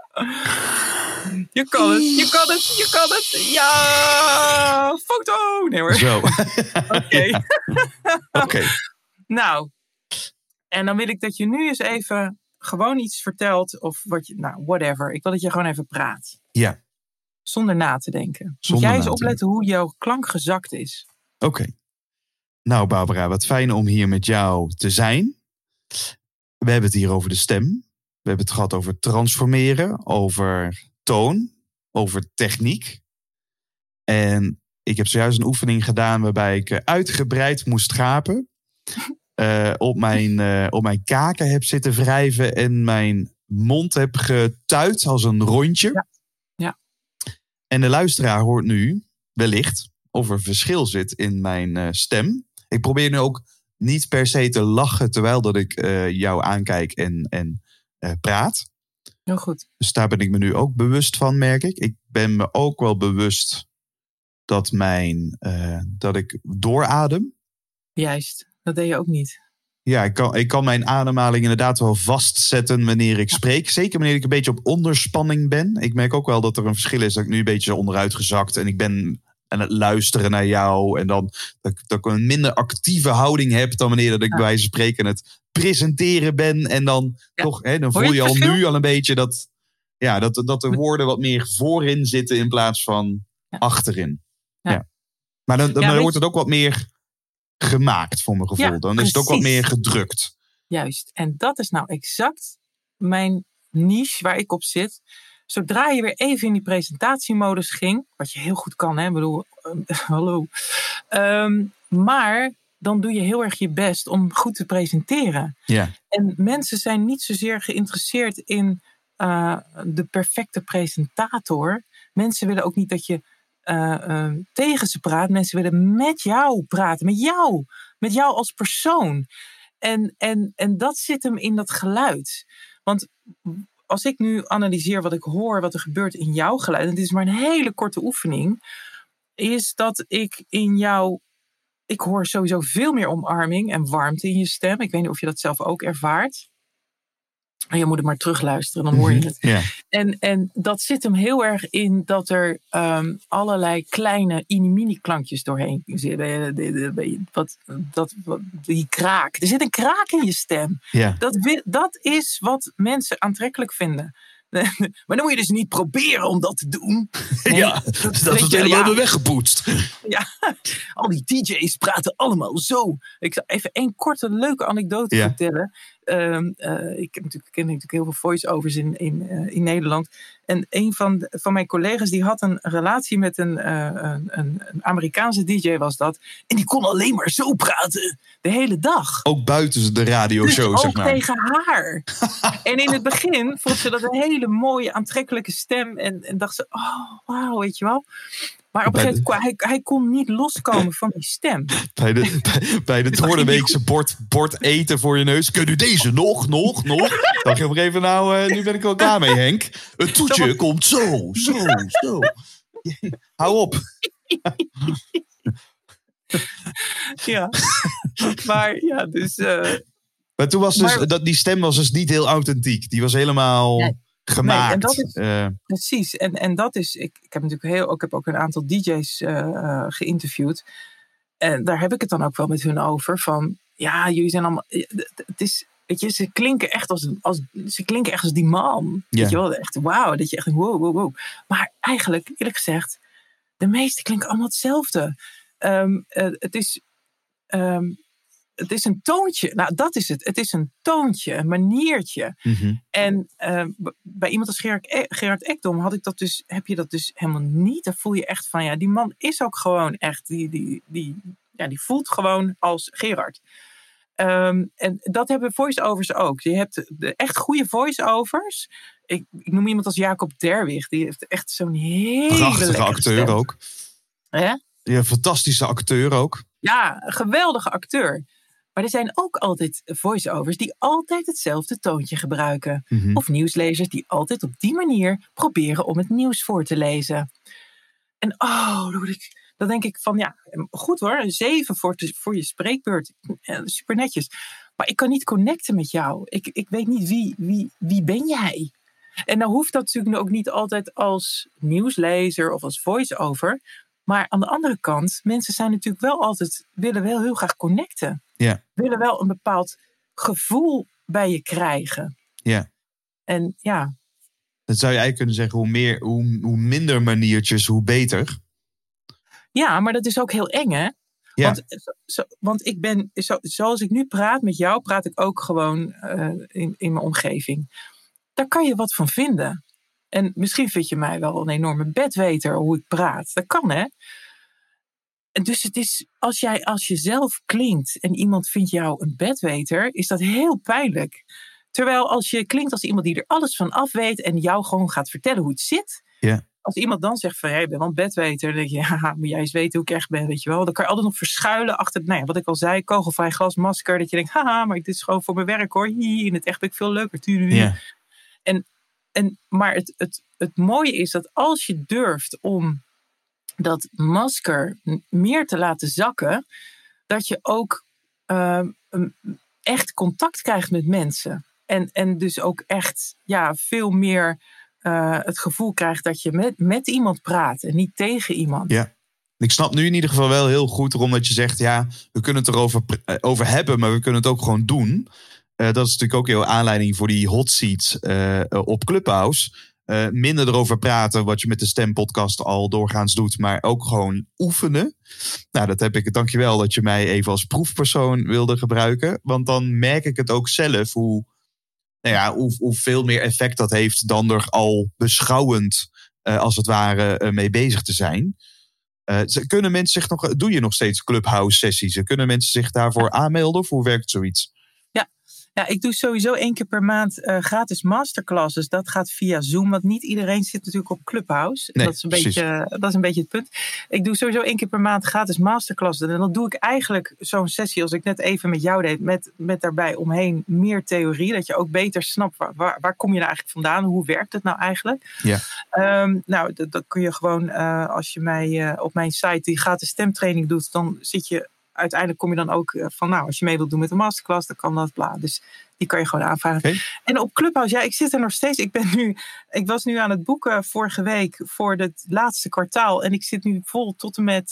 Je kan het. Ja, foto. Nee hoor. Zo. Oké. Nou, en dan wil ik dat je nu eens even gewoon iets vertelt of whatever. Ik wil dat je gewoon even praat. Ja. Zonder na te denken. Moet jij eens opletten hoe jouw klank gezakt is. Oké. Nou Barbara, wat fijn om hier met jou te zijn. We hebben het hier over de stem. We hebben het gehad over transformeren, over toon, over techniek. En ik heb zojuist een oefening gedaan waarbij ik uitgebreid moest gapen. Op mijn kaken heb zitten wrijven en mijn mond heb getuit als een rondje. Ja. En de luisteraar hoort nu wellicht of er verschil zit in mijn stem. Ik probeer nu ook niet per se te lachen terwijl dat ik jou aankijk en praat. Heel goed. Dus daar ben ik me nu ook bewust van, merk ik. Ik ben me ook wel bewust dat ik dooradem. Juist, dat deed je ook niet. Ja, ik kan mijn ademhaling inderdaad wel vastzetten wanneer ik spreek. Zeker wanneer ik een beetje op onderspanning ben. Ik merk ook wel dat er een verschil is dat ik nu een beetje onderuit gezakt en ik ben aan het luisteren naar jou. En dan dat ik een minder actieve houding heb dan wanneer dat ik bij wijze van spreken het presenteren ben. En dan toch, dan voel je al nu al een beetje dat de woorden wat meer voorin zitten in plaats van achterin. Ja. Maar dan wordt het ook wat meer gemaakt voor mijn gevoel. Dan is het ook wat meer gedrukt. Juist. En dat is nou exact mijn niche waar ik op zit. zodra je weer even in die presentatiemodus ging, wat je heel goed kan, hè? Ik bedoel, hallo. Maar dan doe je heel erg je best om goed te presenteren. Ja. En mensen zijn niet zozeer geïnteresseerd in de perfecte presentator. Mensen willen ook niet dat je tegen ze praat. Mensen willen met jou praten. Met jou als persoon. En dat zit hem in dat geluid. Want als ik nu analyseer wat ik hoor, wat er gebeurt in jouw geluid, en het is maar een hele korte oefening, is dat ik in jou, ik hoor sowieso veel meer omarming en warmte in je stem. Ik weet niet of je dat zelf ook ervaart. Je moet het maar terugluisteren, dan hoor je het. Ja. En dat zit hem heel erg in dat er allerlei kleine mini-klankjes doorheen zitten. Die kraak. Er zit een kraak in je stem. Ja. Dat is wat mensen aantrekkelijk vinden. Maar dan moet je dus niet proberen om dat te doen. Nee, Ja, dat is het helemaal hebben weggepoetst. Ja, al die DJ's praten allemaal zo. Ik zal even één korte leuke anekdote vertellen. Ik ken natuurlijk heel veel voice-overs in Nederland. En een van mijn collega's die had een relatie met een Amerikaanse DJ was dat. En die kon alleen maar zo praten. De hele dag. Ook buiten de radioshow, dus zeg maar. ook tegen haar. En in het begin vond ze dat een hele mooie, aantrekkelijke stem. En dacht ze, oh, wauw, weet je wel. Maar op een gegeven moment, hij kon niet loskomen van die stem. Bij de Toorneweekse bord eten voor je neus. Kun je deze nog? Dacht je op een gegeven moment, nu ben ik wel klaar mee, Henk. Het toetje komt zo. Hou op. Ja, maar ja, dus... Maar toen was die stem was dus niet heel authentiek. Die was helemaal gemaakt. Nee, en dat is, precies. En dat is... Ik heb natuurlijk ik heb ook een aantal DJ's geïnterviewd. En daar heb ik het dan ook wel met hun over. Van, ja, jullie zijn allemaal... Het is... Weet je, ze klinken echt als die man. Ja. Weet je wel, echt wauw. Dat je echt wow. Maar eigenlijk, eerlijk gezegd, de meeste klinken allemaal hetzelfde. Het is een toontje. Nou, dat is het. Het is een toontje, een maniertje. Mm-hmm. En bij iemand als Gerard Ekdom heb je dat dus helemaal niet. Daar voel je echt van, ja, die man is ook gewoon echt, die voelt gewoon als Gerard. En dat hebben voice-overs ook. Je hebt de echt goede voice-overs. Ik noem iemand als Jacob Derwig. Die heeft echt zo'n hele prachtige acteur stem. Ook. Ja, fantastische acteur ook. Ja, een geweldige acteur. Maar er zijn ook altijd voice-overs die altijd hetzelfde toontje gebruiken. Mm-hmm. Of nieuwslezers die altijd op die manier proberen om het nieuws voor te lezen. En dan denk ik van, ja, goed hoor, 7 voor je spreekbeurt. Super netjes. Maar ik kan niet connecten met jou. Ik weet niet wie ben jij? En dan hoeft dat natuurlijk ook niet altijd als nieuwslezer of als voice-over. Maar aan de andere kant, mensen zijn natuurlijk willen wel heel graag connecten. Ja. Willen wel een bepaald gevoel bij je krijgen. Ja. En ja. Dat zou je eigenlijk kunnen zeggen, hoe minder maniertjes, hoe beter. Ja, maar dat is ook heel eng, hè? Ja. Want ik ben, zoals ik nu praat met jou, praat ik ook gewoon in mijn omgeving. Daar kan je wat van vinden. En misschien vind je mij wel een enorme bedweter hoe ik praat. Dat kan, hè? En dus het is, als je zelf klinkt en iemand vindt jou een bedweter, is dat heel pijnlijk. Terwijl als je klinkt als iemand die er alles van af weet en jou gewoon gaat vertellen hoe het zit. Ja. Als iemand dan zegt van, ik ben wel een bedweter, dan denk je, ja, moet jij eens weten hoe ik echt ben, weet je wel. Dan kan je altijd nog verschuilen achter, wat ik al zei, kogelvrij glasmasker. Dat je denkt, haha, maar dit is gewoon voor mijn werk hoor. In het echt ben ik veel leuker. Ja. Maar het mooie is dat als je durft om dat masker meer te laten zakken, dat je ook echt contact krijgt met mensen. En dus ook echt veel meer het gevoel krijgt dat je met iemand praat en niet tegen iemand. Ja. Ik snap nu in ieder geval wel heel goed waarom dat je zegt, we kunnen het erover hebben, maar we kunnen het ook gewoon doen. Dat is natuurlijk ook heel aanleiding voor die hot seats op Clubhouse. Minder erover praten wat je met de Stempodcast al doorgaans doet, maar ook gewoon oefenen. Nou, dat heb ik. Dankjewel dat je mij even als proefpersoon wilde gebruiken. Want dan merk ik het ook zelf hoe hoe veel meer effect dat heeft dan er al beschouwend, als het ware, mee bezig te zijn. Kunnen mensen zich doe je nog steeds Clubhouse sessies? Kunnen mensen zich daarvoor aanmelden of hoe werkt zoiets? Ja, ik doe sowieso 1 keer per maand gratis masterclasses. Dat gaat via Zoom, want niet iedereen zit natuurlijk op Clubhouse. Nee, dat is een beetje het punt. Ik doe sowieso 1 keer per maand gratis masterclasses. En dan doe ik eigenlijk zo'n sessie als ik net even met jou deed. Met daarbij omheen meer theorie. Dat je ook beter snapt waar kom je nou eigenlijk vandaan? Hoe werkt het nou eigenlijk? Ja. Dat kun je gewoon, als je mij op mijn site die gratis stemtraining doet, dan zit je... Uiteindelijk kom je dan ook van, als je mee wilt doen met een masterclass, dan kan dat, bla. Dus die kan je gewoon aanvragen. Okay. En op Clubhouse, ik zit er nog steeds. Ik was nu aan het boeken vorige week voor het laatste kwartaal. En ik zit nu vol tot en met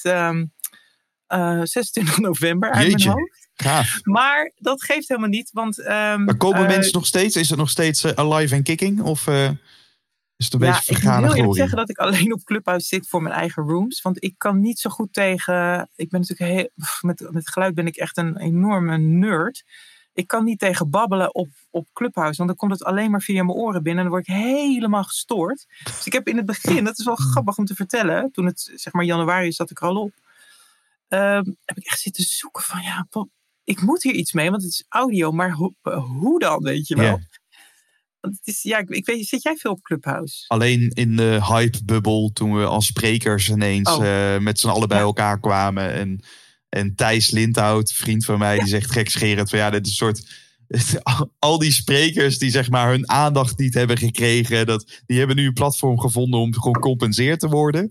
26 november uit mijn hoofd. Gaaf. Maar dat geeft helemaal niet, want... maar komen mensen nog steeds? Is het nog steeds alive en kicking? Of... Is het een beetje vergane glorie? Ik wil zeggen dat ik alleen op Clubhouse zit voor mijn eigen rooms. Want ik kan niet zo goed tegen... Ik ben natuurlijk met geluid ben ik echt een enorme nerd. Ik kan niet tegen babbelen op Clubhouse. Want dan komt het alleen maar via mijn oren binnen. En dan word ik helemaal gestoord. Dus ik heb in het begin, dat is wel grappig om te vertellen. Toen het zeg maar januari zat ik er al op. Heb ik echt zitten zoeken van ik moet hier iets mee. Want het is audio. Maar hoe dan, weet je wel? Yeah. Het is, ik weet, zit jij veel op Clubhouse? Alleen in de hype-bubbel toen we als sprekers ineens met z'n allen bij elkaar kwamen. En Thijs Lindhout, vriend van mij, die zegt gekscherend van dit is een soort... Al die sprekers die zeg maar hun aandacht niet hebben gekregen, die hebben nu een platform gevonden om gewoon gecompenseerd te worden.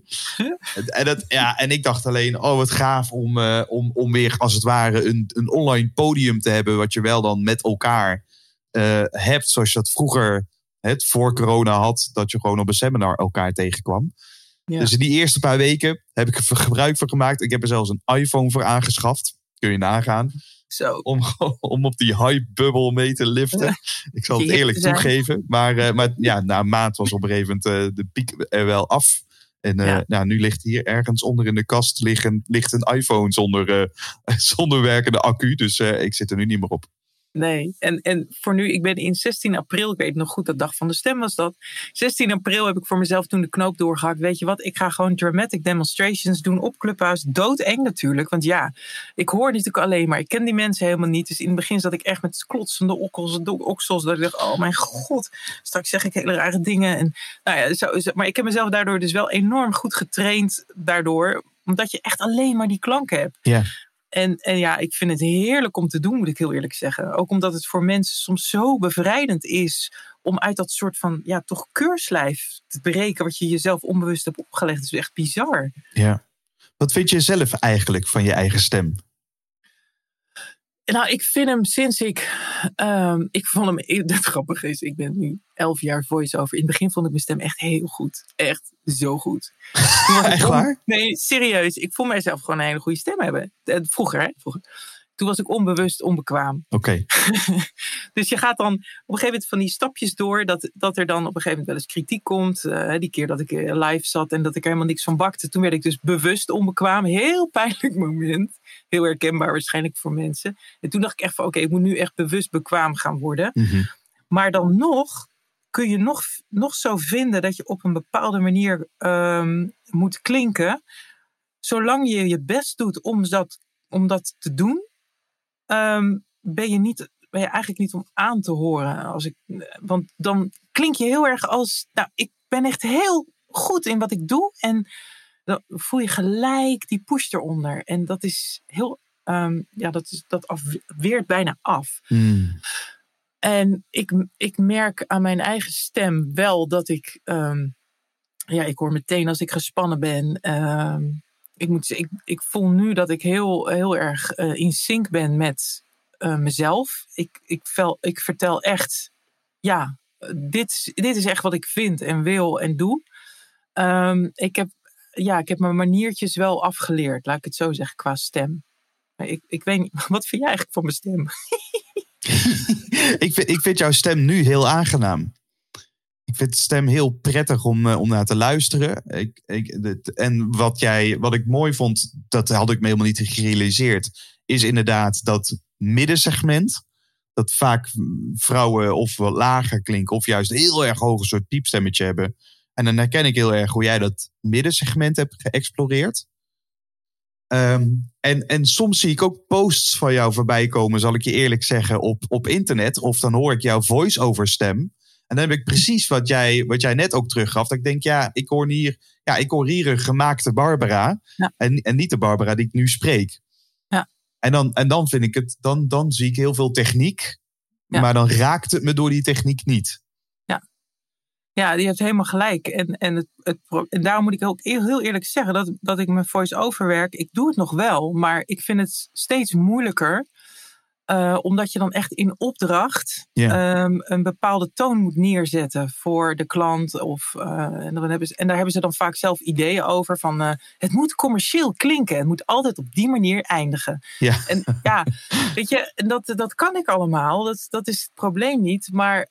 En ik dacht alleen, wat gaaf om weer als het ware een online podium te hebben, wat je wel dan met elkaar... hebt zoals je dat vroeger voor corona had, dat je gewoon op een seminar elkaar tegenkwam. Ja. Dus in die eerste paar weken heb ik er gebruik van gemaakt. Ik heb er zelfs een iPhone voor aangeschaft. Kun je nagaan. Zo. Om op die hype-bubbel mee te liften. Ik zal het eerlijk toegeven. Maar na een maand was op een gegeven moment de piek er wel af. En nu ligt hier ergens onder in de kast ligt een iPhone zonder werkende accu. Dus ik zit er nu niet meer op. Nee, en voor nu, ik ben in 16 april, ik weet nog goed, de dag van de stem was dat. 16 april heb ik voor mezelf toen de knoop doorgehakt. Weet je wat, ik ga gewoon dramatic demonstrations doen op Clubhouse. Doodeng natuurlijk, want ik hoor natuurlijk alleen maar. Ik ken die mensen helemaal niet. Dus in het begin zat ik echt met klotsende oksels. Dat ik dacht, oh mijn god, straks zeg ik hele rare dingen. En, maar ik heb mezelf daardoor dus wel enorm goed getraind daardoor. Omdat je echt alleen maar die klanken hebt. Ja. En ik vind het heerlijk om te doen, moet ik heel eerlijk zeggen. Ook omdat het voor mensen soms zo bevrijdend is om uit dat soort van, toch keurslijf te breken wat je jezelf onbewust hebt opgelegd. Dat is echt bizar. Ja. Wat vind je zelf eigenlijk van je eigen stem? Nou, ik vind hem sinds ik vond hem, dat grappig is, ik ben nu 11 jaar voice-over. In het begin vond ik mijn stem echt heel goed. Echt zo goed. Echt waar? Nee, serieus. Ik vond mijzelf gewoon een hele goede stem hebben. Vroeger. Toen was ik onbewust onbekwaam. Oké. Dus je gaat dan op een gegeven moment van die stapjes door. Dat er dan op een gegeven moment wel eens kritiek komt. Die keer dat ik live zat en dat ik er helemaal niks van bakte. Toen werd ik dus bewust onbekwaam. Heel pijnlijk moment. Heel herkenbaar waarschijnlijk voor mensen. En toen dacht ik echt van ik moet nu echt bewust bekwaam gaan worden. Mm-hmm. Maar dan nog kun je nog zo vinden dat je op een bepaalde manier moet klinken. Zolang je je best doet om dat te doen. Ben je eigenlijk niet om aan te horen. Want dan klink je heel erg als... ik ben echt heel goed in wat ik doe. En dan voel je gelijk die push eronder. En dat is heel... dat weert bijna af. Mm. En ik merk aan mijn eigen stem wel dat ik... ik hoor meteen als ik gespannen ben... Ik voel nu dat ik heel erg in sync ben met mezelf. Ik vertel echt, dit is echt wat ik vind en wil en doe. Ik heb mijn maniertjes wel afgeleerd, laat ik het zo zeggen, qua stem. Ik weet niet, wat vind jij eigenlijk van mijn stem? Ik vind jouw stem nu heel aangenaam. Ik vind de stem heel prettig om naar te luisteren. En wat ik mooi vond, dat had ik me helemaal niet gerealiseerd, is inderdaad dat middensegment. dat vaak vrouwen of wat lager klinken of juist heel erg hoog een soort piepstemmetje hebben. En dan herken ik heel erg hoe jij dat middensegment hebt geëxploreerd. En soms zie ik ook posts van jou voorbij komen, zal ik je eerlijk zeggen, op internet. Of dan hoor ik jouw voice-over stem. En dan heb ik precies wat jij net ook teruggaf. Dat ik denk, ik hoor hier een gemaakte Barbara. Ja. En niet de Barbara die ik nu spreek. Ja. En dan vind ik het, dan zie ik heel veel techniek. Ja. Maar dan raakt het me door die techniek niet. Ja, je hebt helemaal gelijk. En daarom moet ik ook heel eerlijk zeggen dat ik mijn voice-over werk, ik doe het nog wel, maar ik vind het steeds moeilijker. Omdat je dan echt in opdracht een bepaalde toon moet neerzetten voor de klant. En daar hebben ze dan vaak zelf ideeën over. Van het moet commercieel klinken. Het moet altijd op die manier eindigen. Ja. En weet je, dat kan ik allemaal. Dat is het probleem niet. Maar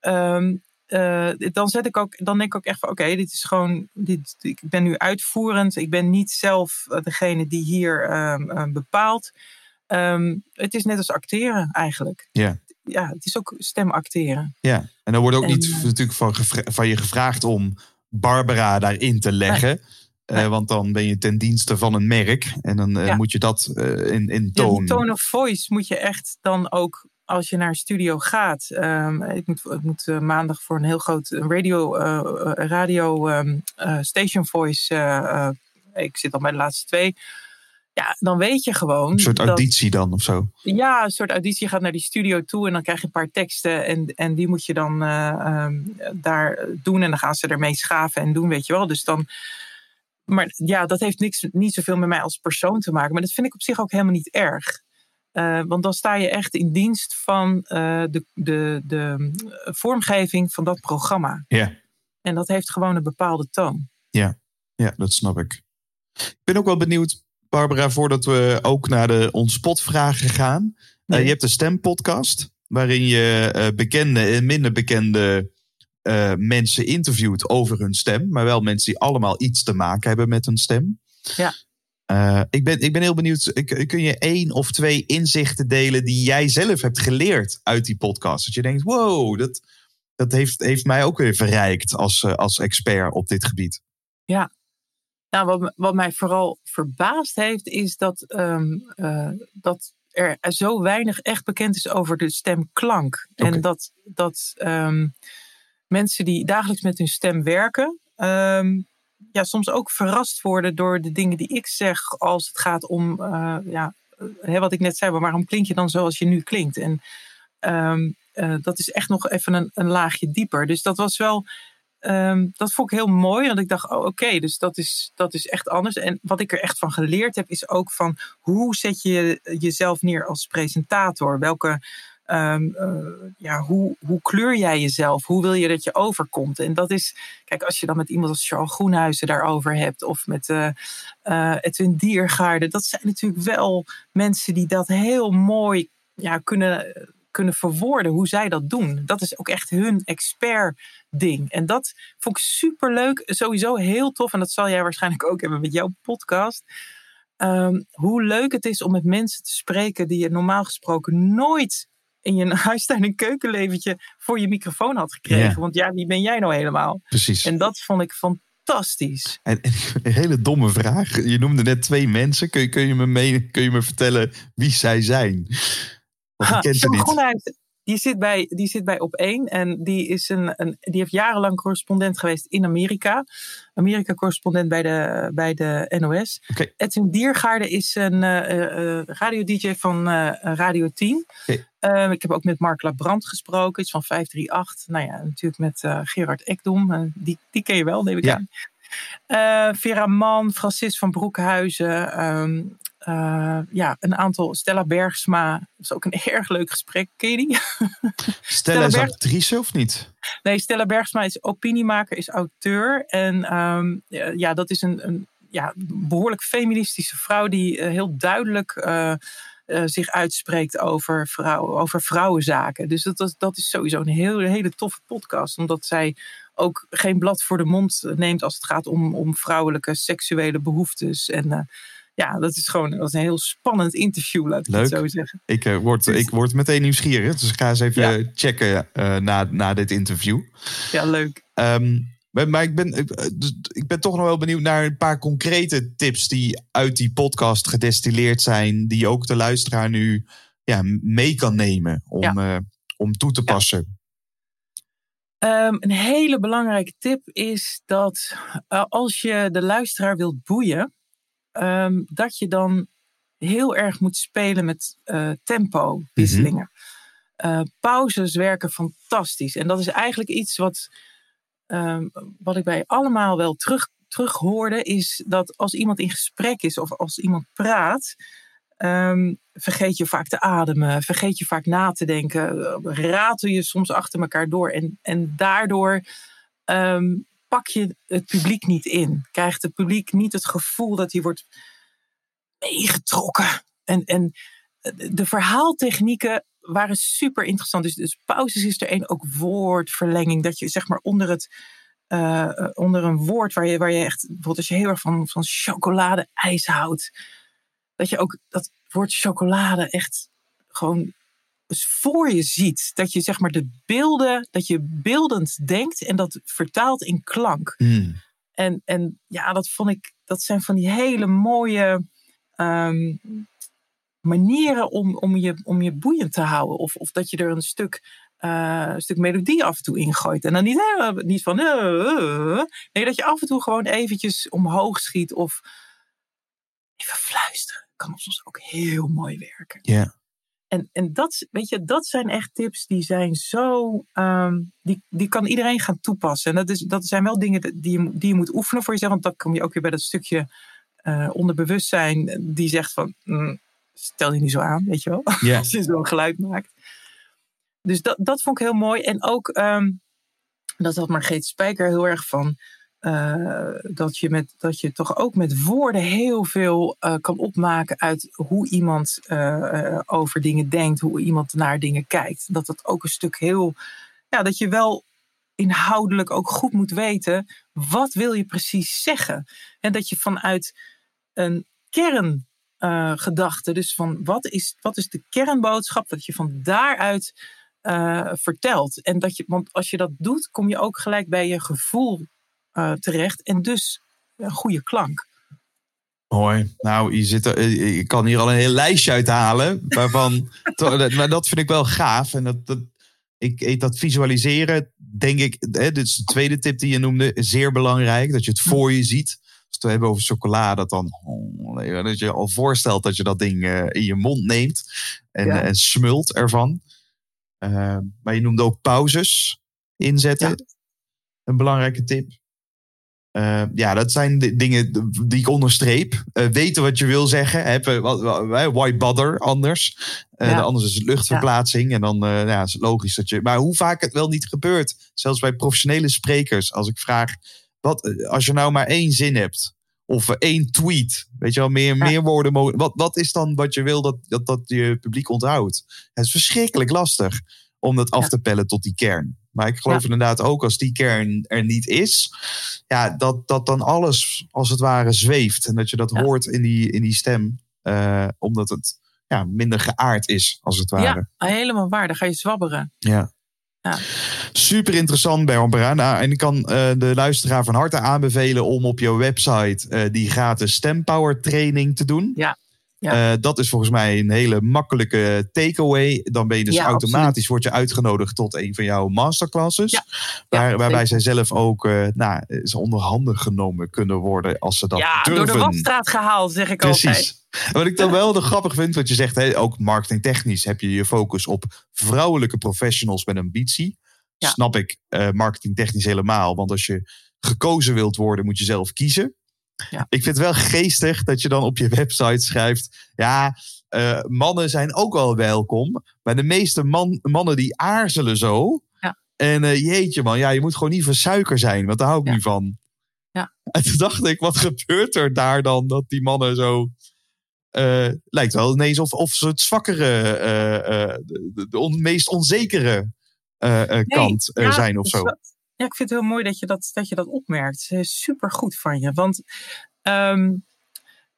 dan denk ik ook echt van oké, dit is gewoon. Ik ben nu uitvoerend. Ik ben niet zelf degene die hier bepaalt. Het is net als acteren eigenlijk. Ja. Ja, het is ook stemacteren. Ja, en dan wordt ook niet natuurlijk van je gevraagd om Barbara daarin te leggen. Nee. Want dan ben je ten dienste van een merk. En dan moet je dat in toon. Ja, die tone of voice moet je echt dan ook, als je naar een studio gaat. Ik moet maandag voor een heel groot radio station voice. Ik zit al bij de laatste 2. Ja, dan weet je gewoon. Een soort auditie dan of zo? Ja, een soort auditie. Je gaat naar die studio toe en dan krijg je een paar teksten. En die moet je dan daar doen. En dan gaan ze ermee schaven en doen, weet je wel. Dus dan. Maar ja, dat heeft niet zoveel met mij als persoon te maken. Maar dat vind ik op zich ook helemaal niet erg. Want dan sta je echt in dienst van de vormgeving van dat programma. Ja. En dat heeft gewoon een bepaalde toon. Ja, dat snap ik. Ik ben ook wel benieuwd, Barbara, voordat we ook naar de ontspotvragen gaan. Je hebt een stempodcast waarin je bekende en minder bekende mensen interviewt over hun stem. Maar wel mensen die allemaal iets te maken hebben met hun stem. Ja. Ik ben heel benieuwd, kun je 1 of 2 inzichten delen die jij zelf hebt geleerd uit die podcast? Dat je denkt, wow, dat heeft mij ook weer verrijkt als expert op dit gebied. Ja. Nou, wat mij vooral verbaasd heeft, is dat er zo weinig echt bekend is over de stemklank. Okay. En dat mensen die dagelijks met hun stem werken, soms ook verrast worden door de dingen die ik zeg als het gaat om, wat ik net zei, maar waarom klink je dan zoals je nu klinkt? En dat is echt nog even een laagje dieper. Dus dat was wel. Dat vond ik heel mooi, want ik dacht, oké, dus dat is echt anders. En wat ik er echt van geleerd heb, is ook van hoe zet je jezelf neer als presentator? Welke, hoe kleur jij jezelf? Hoe wil je dat je overkomt? En dat is, kijk, als je dan met iemand als Charles Groenhuizen daarover hebt, of met Edwin Diergaarde, dat zijn natuurlijk wel mensen die dat heel mooi kunnen verwoorden hoe zij dat doen. Dat is ook echt hun expert ding. En dat vond ik superleuk. Sowieso heel tof. En dat zal jij waarschijnlijk ook hebben met jouw podcast. Hoe leuk het is om met mensen te spreken die je normaal gesproken nooit in je huistuin- en keukenleventje voor je microfoon had gekregen. Ja. Want wie ben jij nou helemaal? Precies. En dat vond ik fantastisch. En een hele domme vraag. Je noemde net 2 mensen. Kun je me vertellen wie zij zijn? Charles Groenhuizen, die zit bij Op1 en die heeft jarenlang correspondent geweest in Amerika. Amerika-correspondent bij de NOS. Okay. Edwin Diergaarde is een radio-dj van Radio 10. Okay. Ik heb ook met Mark Labrand gesproken, iets van 538. Nou ja, natuurlijk met Gerard Ekdom. Die ken je wel, neem ik aan. Vera Mann, Francis van Broekhuizen. Een aantal. Stella Bergsma. Dat was ook een erg leuk gesprek. Ken je die? Stella is actrice of niet? Nee, Stella Bergsma is opiniemaker, is auteur. En dat is een behoorlijk feministische vrouw die heel duidelijk zich uitspreekt over vrouwenzaken. Dus dat is sowieso een hele toffe podcast. Omdat zij ook geen blad voor de mond neemt als het gaat om vrouwelijke seksuele behoeftes. En dat was een heel spannend interview, laat ik het zo zeggen. Ik word meteen nieuwsgierig. Dus ik ga eens even checken na dit interview. Ja, leuk. Maar ik ben toch nog wel benieuwd naar een paar concrete tips die uit die podcast gedestilleerd zijn, die ook de luisteraar nu mee kan nemen om toe te passen. Een hele belangrijke tip is dat als je de luisteraar wilt boeien, dat je dan heel erg moet spelen met tempo-wisselingen. Pauzes werken fantastisch. En dat is eigenlijk iets wat ik bij allemaal wel terug hoorde, is dat als iemand in gesprek is of als iemand praat, vergeet je vaak te ademen, vergeet je vaak na te denken, ratel je soms achter elkaar door en daardoor pak je het publiek niet in. Krijgt het publiek niet het gevoel dat hij wordt meegetrokken. En de verhaaltechnieken waren super interessant. Dus pauzes is er één, ook woordverlenging. Dat je zeg maar onder een woord waar je echt, bijvoorbeeld als je heel erg van chocolade-ijs houdt, dat je ook dat woord chocolade echt gewoon voor je ziet. Dat je zeg maar de beelden, dat je beeldend denkt en dat vertaalt in klank. En dat vond ik, dat zijn van die hele mooie manieren om je boeiend te houden. Of dat je er een stuk melodie af en toe ingooit. En dan niet van nee, dat je af en toe gewoon eventjes omhoog schiet of even fluisteren. Kan soms ook heel mooi werken. Ja. En dat, weet je, dat zijn echt tips die zijn zo, die kan iedereen gaan toepassen. En dat zijn wel dingen die je moet oefenen voor jezelf. Want dan kom je ook weer bij dat stukje onderbewustzijn die zegt van, stel je niet zo aan, weet je wel. Yeah. Als je zo'n geluid maakt. Dus dat vond ik heel mooi. En ook, dat had Margreet Spijker heel erg van, dat je toch ook met woorden heel veel kan opmaken uit hoe iemand over dingen denkt, hoe iemand naar dingen kijkt. Dat ook een stuk heel, dat je wel inhoudelijk ook goed moet weten, wat wil je precies zeggen? En dat je vanuit een kerngedachte, dus van wat is de kernboodschap, dat je van daaruit vertelt. En want als je dat doet, kom je ook gelijk bij je gevoel terecht en dus een goede klank. Mooi. Nou, je kan hier al een heel lijstje uithalen. Maar dat vind ik wel gaaf. En dat visualiseren, denk ik, dit is de tweede tip die je noemde, zeer belangrijk. Dat je het voor je ziet. Als we het hebben over chocolade, dat je al voorstelt dat je dat ding in je mond neemt. En smult ervan. Maar je noemde ook pauzes inzetten. Ja. Een belangrijke tip. Dat zijn de dingen die ik onderstreep. Weten wat je wil zeggen. Why bother anders? Anders is het luchtverplaatsing. En dan is het logisch dat je... Maar hoe vaak het wel niet gebeurt. Zelfs bij professionele sprekers. Als ik vraag, als je nou maar 1 zin hebt. Of 1 tweet. Weet je wel, meer woorden mogen... Wat is dan wat je wil dat je publiek onthoudt? Het is verschrikkelijk lastig om dat af te pellen tot die kern. Maar ik geloof inderdaad ook als die kern er niet is, dat dan alles als het ware zweeft. En dat je dat hoort in die stem. Omdat het minder geaard is, als het ware. Ja, helemaal waar. Dan ga je zwabberen. Ja. Super interessant, Barbara. Nou, en ik kan de luisteraar van harte aanbevelen om op jouw website die gratis stempower training te doen. Ja. Dat is volgens mij een hele makkelijke takeaway. Dan ben je dus automatisch word je uitgenodigd tot een van jouw masterclasses. Waarbij zij zelf ook ze onder handen genomen kunnen worden als ze dat durven. Door de wasstraat gehaald, zeg ik altijd. Precies. Wat ik dan wel grappig vind, wat je zegt, ook marketingtechnisch heb je focus op vrouwelijke professionals met ambitie. Snap ik marketingtechnisch helemaal. Want als je gekozen wilt worden, moet je zelf kiezen. Ja. Ik vind het wel geestig dat je dan op je website schrijft, mannen zijn ook wel welkom, maar de meeste mannen die aarzelen zo. Ja. En jeetje man, je moet gewoon niet van suiker zijn, want daar hou ik niet van. Ja. En toen dacht ik, wat gebeurt er daar dan dat die mannen zo... lijkt wel ineens of ze het zwakkere, de meest onzekere kant zijn of zo. Ja, ik vind het heel mooi dat je dat opmerkt. Super goed van je. Want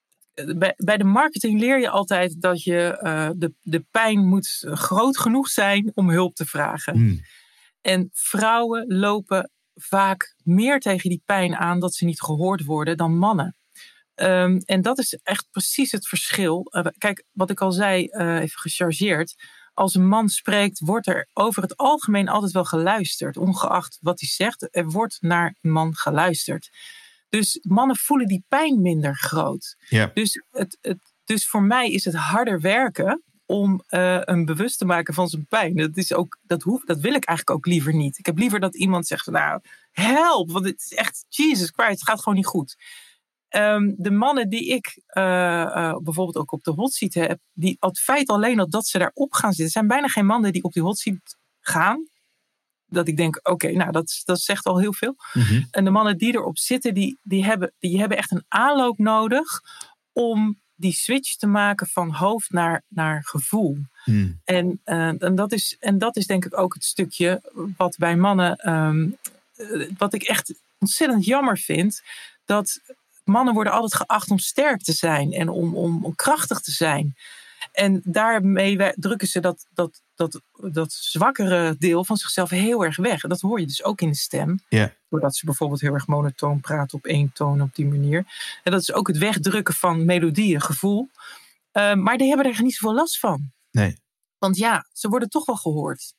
bij de marketing leer je altijd dat je de pijn moet groot genoeg zijn om hulp te vragen. En vrouwen lopen vaak meer tegen die pijn aan dat ze niet gehoord worden dan mannen. En dat is echt precies het verschil. Kijk, wat ik al zei, even gechargeerd. Als een man spreekt, wordt er over het algemeen altijd wel geluisterd. Ongeacht wat hij zegt, er wordt naar een man geluisterd. Dus mannen voelen die pijn minder groot. Ja. Dus voor mij is het harder werken om hem bewust te maken van zijn pijn. Dat wil ik eigenlijk ook liever niet. Ik heb liever dat iemand zegt, nou, help, want het is echt, Jesus Christ, het gaat gewoon niet goed. De mannen die ik bijvoorbeeld ook op de hot seat heb, die het feit alleen dat ze daarop gaan zitten, zijn bijna geen mannen die op die hot seat gaan. Dat ik denk, oké, nou dat zegt al heel veel. Mm-hmm. En de mannen die erop zitten, die hebben echt een aanloop nodig om die switch te maken van hoofd naar gevoel. Mm. En dat is denk ik ook het stukje wat bij mannen, wat ik echt ontzettend jammer vind, dat mannen worden altijd geacht om sterk te zijn en om krachtig te zijn. En daarmee drukken ze dat zwakkere deel van zichzelf heel erg weg. En dat hoor je dus ook in de stem. Yeah. Doordat ze bijvoorbeeld heel erg monotoon praten op één toon op die manier. En dat is ook het wegdrukken van melodieën, gevoel. Maar die hebben er niet zoveel last van. Nee. Want ja, ze worden toch wel gehoord.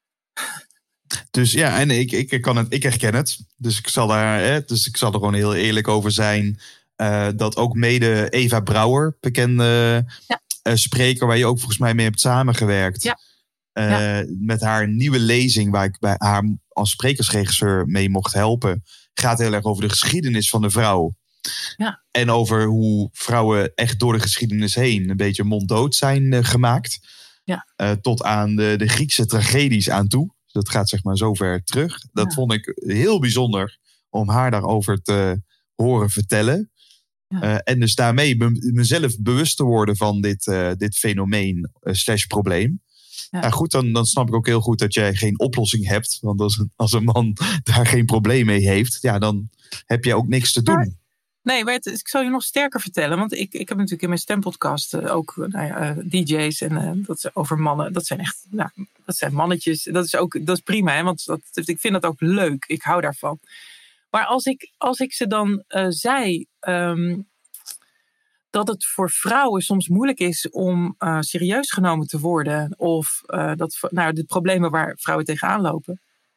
Dus ja, en ik herken het. Dus ik zal er gewoon heel eerlijk over zijn. Dat ook mede Eva Brouwer, bekende spreker, waar je ook volgens mij mee hebt samengewerkt. Ja. Met haar nieuwe lezing, waar ik bij haar als sprekersregisseur mee mocht helpen, gaat heel erg over de geschiedenis van de vrouw. Ja. En over hoe vrouwen echt door de geschiedenis heen een beetje monddood zijn gemaakt. Ja. Tot aan de Griekse tragedies aan toe. Dat gaat zeg maar zo ver terug. Dat vond ik heel bijzonder om haar daarover te horen vertellen. Ja. En dus daarmee mezelf bewust te worden van dit fenomeen / probleem. Ja. Nou goed, dan snap ik ook heel goed dat jij geen oplossing hebt. Want als een man daar geen probleem mee heeft, ja, dan heb je ook niks te doen. Nee, maar ik zal je nog sterker vertellen. Want ik heb natuurlijk in mijn stempodcast ook DJ's en dat is over mannen. Dat zijn echt, dat zijn mannetjes. Dat is prima, hè, want ik vind dat ook leuk. Ik hou daarvan. Maar als ik ze dan zei dat het voor vrouwen soms moeilijk is om serieus genomen te worden, of de problemen waar vrouwen tegenaan lopen,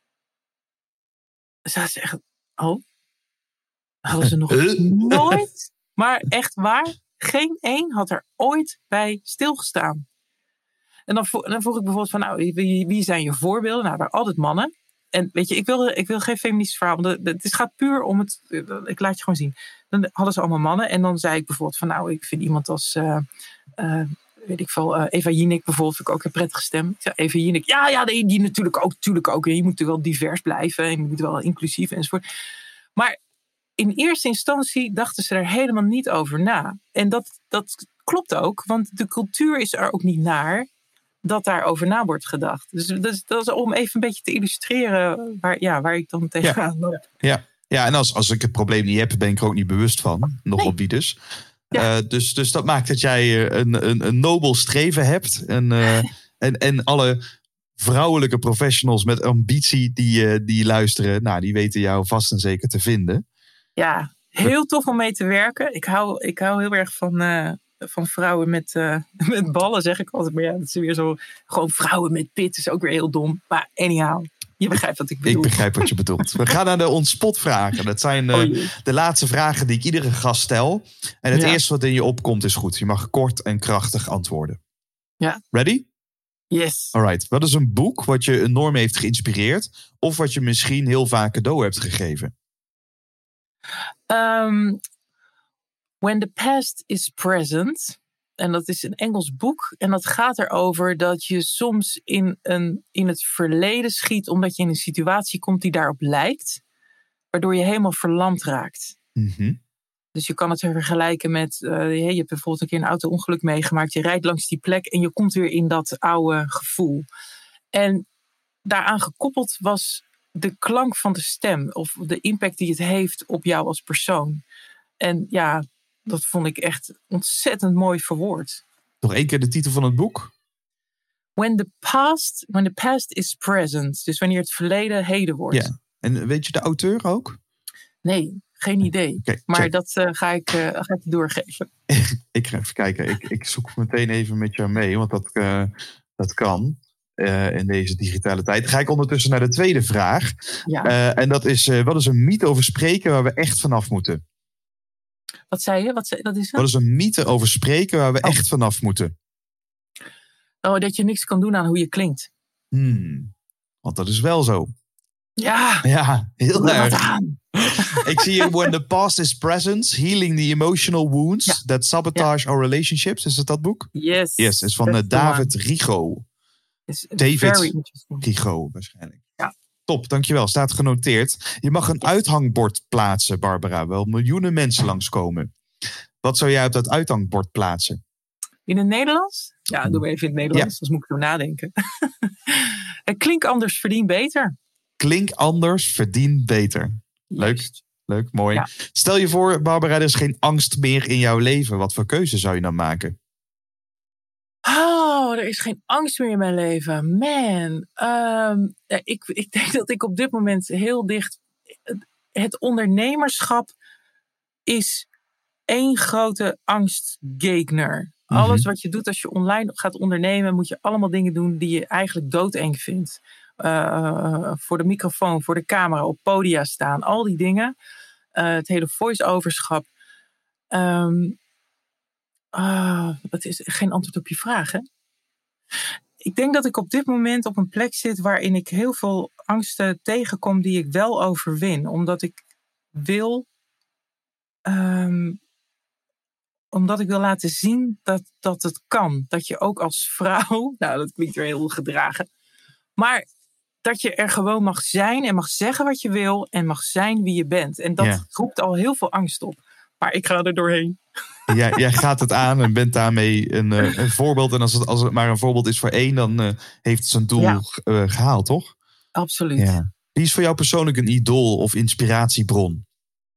zou ze echt, hadden ze nog nooit, maar echt waar, geen één had er ooit bij stilgestaan. En dan vroeg ik bijvoorbeeld van, wie zijn je voorbeelden? Nou, daar altijd mannen. En weet je, ik wil geen feministisch verhaal, want het gaat puur om het, ik laat je gewoon zien. Dan hadden ze allemaal mannen en dan zei ik bijvoorbeeld van, ik vind iemand als, weet ik veel, Eva Jinek bijvoorbeeld, vind ik ook een prettige stem. Ik zei, Eva Jinek, die natuurlijk ook. Je moet natuurlijk wel divers blijven en je moet wel inclusief enzovoort. Maar in eerste instantie dachten ze er helemaal niet over na. En dat klopt ook, want de cultuur is er ook niet naar dat daarover na wordt gedacht. Dus dat is om even een beetje te illustreren waar ik dan tegenaan loop. Ja, en als ik het probleem niet heb, ben ik er ook niet bewust van. Nogal wie dus. Ja. Dus dat maakt dat jij een nobel streven hebt. En alle vrouwelijke professionals met ambitie die luisteren, die weten jou vast en zeker te vinden. Ja, heel tof om mee te werken. Ik hou heel erg van vrouwen met ballen, zeg ik altijd. Maar ja, dat is weer zo. Gewoon vrouwen met pit is ook weer heel dom. Maar anyhow, je begrijpt wat ik bedoel. Ik begrijp wat je bedoelt. We gaan naar de ontspotvragen. Dat zijn de laatste vragen die ik iedere gast stel. En het eerste wat in je opkomt is goed. Je mag kort en krachtig antwoorden. Ja. Ready? Yes. Alright. Wat is een boek wat je enorm heeft geïnspireerd? Of wat je misschien heel vaak cadeau hebt gegeven? When the Past is Present. En dat is een Engels boek. En dat gaat erover dat je soms in het verleden schiet, omdat je in een situatie komt die daarop lijkt. Waardoor je helemaal verlamd raakt. Mm-hmm. Dus je kan het vergelijken met, je hebt bijvoorbeeld een keer een auto-ongeluk meegemaakt. Je rijdt langs die plek en je komt weer in dat oude gevoel. En daaraan gekoppeld was de klank van de stem. Of de impact die het heeft op jou als persoon. En ja, dat vond ik echt ontzettend mooi verwoord. Nog 1 keer de titel van het boek. When the past is present. Dus wanneer het verleden heden wordt. Ja. En weet je de auteur ook? Nee, geen idee. Okay, maar dat ga ik je doorgeven. Ik ga even kijken. Ik zoek meteen even met jou mee. Want dat kan in deze digitale tijd. Dan ga ik ondertussen naar de tweede vraag. Ja. En dat is, wat is een mythe over spreken waar we echt vanaf moeten? Wat zei je? Dat is Wat is een mythe over spreken waar we echt vanaf moeten? Oh, dat je niks kan doen aan hoe je klinkt. Want dat is wel zo. Ja. Ja, heel erg. Wat aan. Ik zie hier When the Past is Present, Healing the Emotional Wounds That Sabotage Our Relationships. Is het dat boek? Yes. Yes, het is van David Rigo. David Rigo waarschijnlijk. Ja. Top, dankjewel. Staat genoteerd. Je mag een uithangbord plaatsen, Barbara. Wel miljoenen mensen langskomen. Wat zou jij op dat uithangbord plaatsen? In het Nederlands? Ja, doe maar even in het Nederlands. Ja. Dus moet ik erover nadenken. Klink anders, verdien beter. Klink anders, verdien beter. Leuk, mooi. Ja. Stel je voor, Barbara, er is geen angst meer in jouw leven. Wat voor keuze zou je dan maken? Oh, er is geen angst meer in mijn leven. Man. Ik denk dat ik op dit moment heel dicht... Het ondernemerschap is één grote angstgegner. Alles wat je doet als je online gaat ondernemen, moet je allemaal dingen doen die je eigenlijk doodeng vindt. Voor de microfoon, voor de camera, op podia staan. Al die dingen. Het hele voice-overschap. Dat is geen antwoord op je vraag, hè? Ik denk dat ik op dit moment op een plek zit waarin ik heel veel angsten tegenkom die ik wel overwin. Omdat ik wil laten zien dat het kan. Dat je ook als vrouw, nou dat klinkt weer heel gedragen, maar dat je er gewoon mag zijn en mag zeggen wat je wil en mag zijn wie je bent. En dat roept al heel veel angst op. Maar ik ga er doorheen. Jij gaat het aan en bent daarmee een voorbeeld. En als het maar een voorbeeld is voor één, dan heeft het zijn doel gehaald, toch? Absoluut. Ja. Wie is voor jou persoonlijk een idool of inspiratiebron?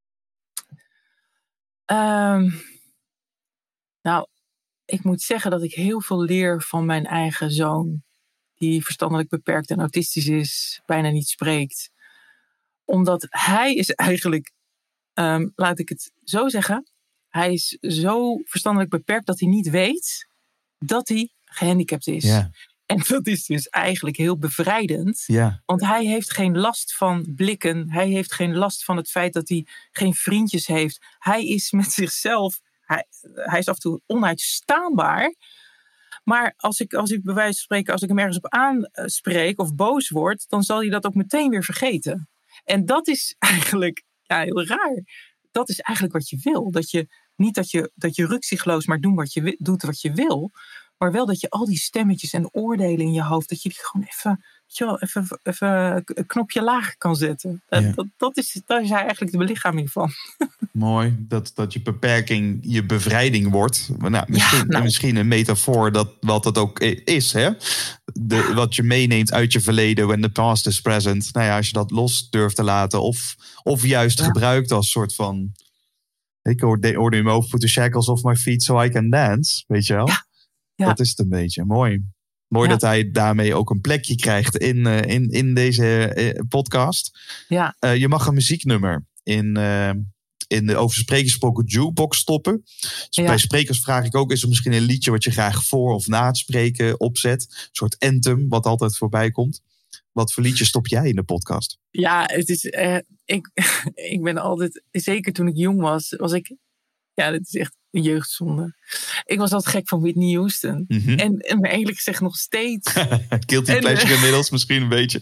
Nou, ik moet zeggen dat ik heel veel leer van mijn eigen zoon. Die verstandelijk beperkt en autistisch is, bijna niet spreekt. Omdat hij is eigenlijk, laat ik het zo zeggen, hij is zo verstandelijk beperkt dat hij niet weet dat hij gehandicapt is. Ja. En dat is dus eigenlijk heel bevrijdend. Ja. Want hij heeft geen last van blikken. Hij heeft geen last van het feit dat hij geen vriendjes heeft. Hij is met zichzelf, hij is af en toe onuitstaanbaar. Maar als ik bij wijze van spreken, als ik hem ergens op aanspreek of boos word, dan zal hij dat ook meteen weer vergeten. En dat is eigenlijk heel raar. Dat is eigenlijk wat je wil. Dat je ruksigloos maar doet wat je wil. Maar wel dat je al die stemmetjes en oordelen in je hoofd, dat je die gewoon even een knopje lager kan zetten. Ja. Daar is hij eigenlijk de belichaming van. Mooi, dat je beperking je bevrijding wordt. Nou, misschien een metafoor wat dat ook is. Hè? Wat je meeneemt uit je verleden, when the past is present. Nou ja, als je dat los durft te laten of juist gebruikt als soort van... Ik hoorde in mijn hoofd, put the shackles off my feet so I can dance. Weet je wel? Ja. Ja. Dat is het een beetje. Mooi dat hij daarmee ook een plekje krijgt in deze podcast. Ja. Je mag een muzieknummer in de over sprekers gesproken jukebox stoppen. Dus bij sprekers vraag ik ook, is er misschien een liedje wat je graag voor of na het spreken opzet? Een soort anthem wat altijd voorbij komt. Wat voor liedje stop jij in de podcast? Ja, het is, ik ben altijd, zeker toen ik jong was ik, dit is echt een jeugdzonde. Ik was altijd gek van Whitney Houston. Mm-hmm. En eerlijk gezegd nog steeds. Guilty pleasure inmiddels misschien een beetje.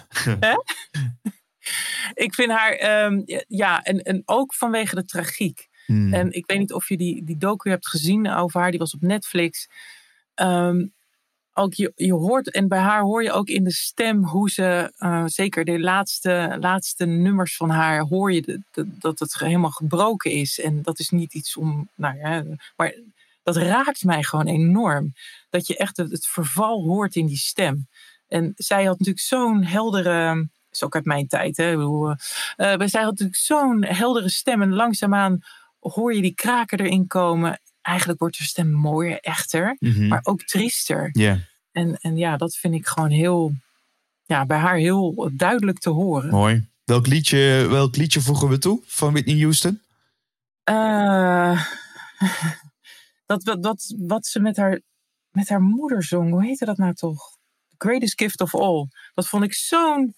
Ik vind haar, en ook vanwege de tragiek. En ik weet niet of je die docu hebt gezien over haar. Die was op Netflix. Ook je hoort, en bij haar hoor je ook in de stem hoe ze, zeker de laatste nummers van haar, hoor je dat het helemaal gebroken is. En dat is niet iets om, maar dat raakt mij gewoon enorm. Dat je echt het verval hoort in die stem. En zij had natuurlijk zo'n heldere, is ook uit mijn tijd, hè. Zij had natuurlijk zo'n heldere stem en langzaamaan hoor je die kraken erin komen. Eigenlijk wordt de stem mooier, echter, maar ook triester. Yeah. En ja, dat vind ik gewoon heel, bij haar heel duidelijk te horen. Mooi. Welk liedje voegen we toe van Whitney Houston? Wat ze met haar moeder zong. Hoe heette dat nou toch? The Greatest Gift of All. Dat vond ik zo'n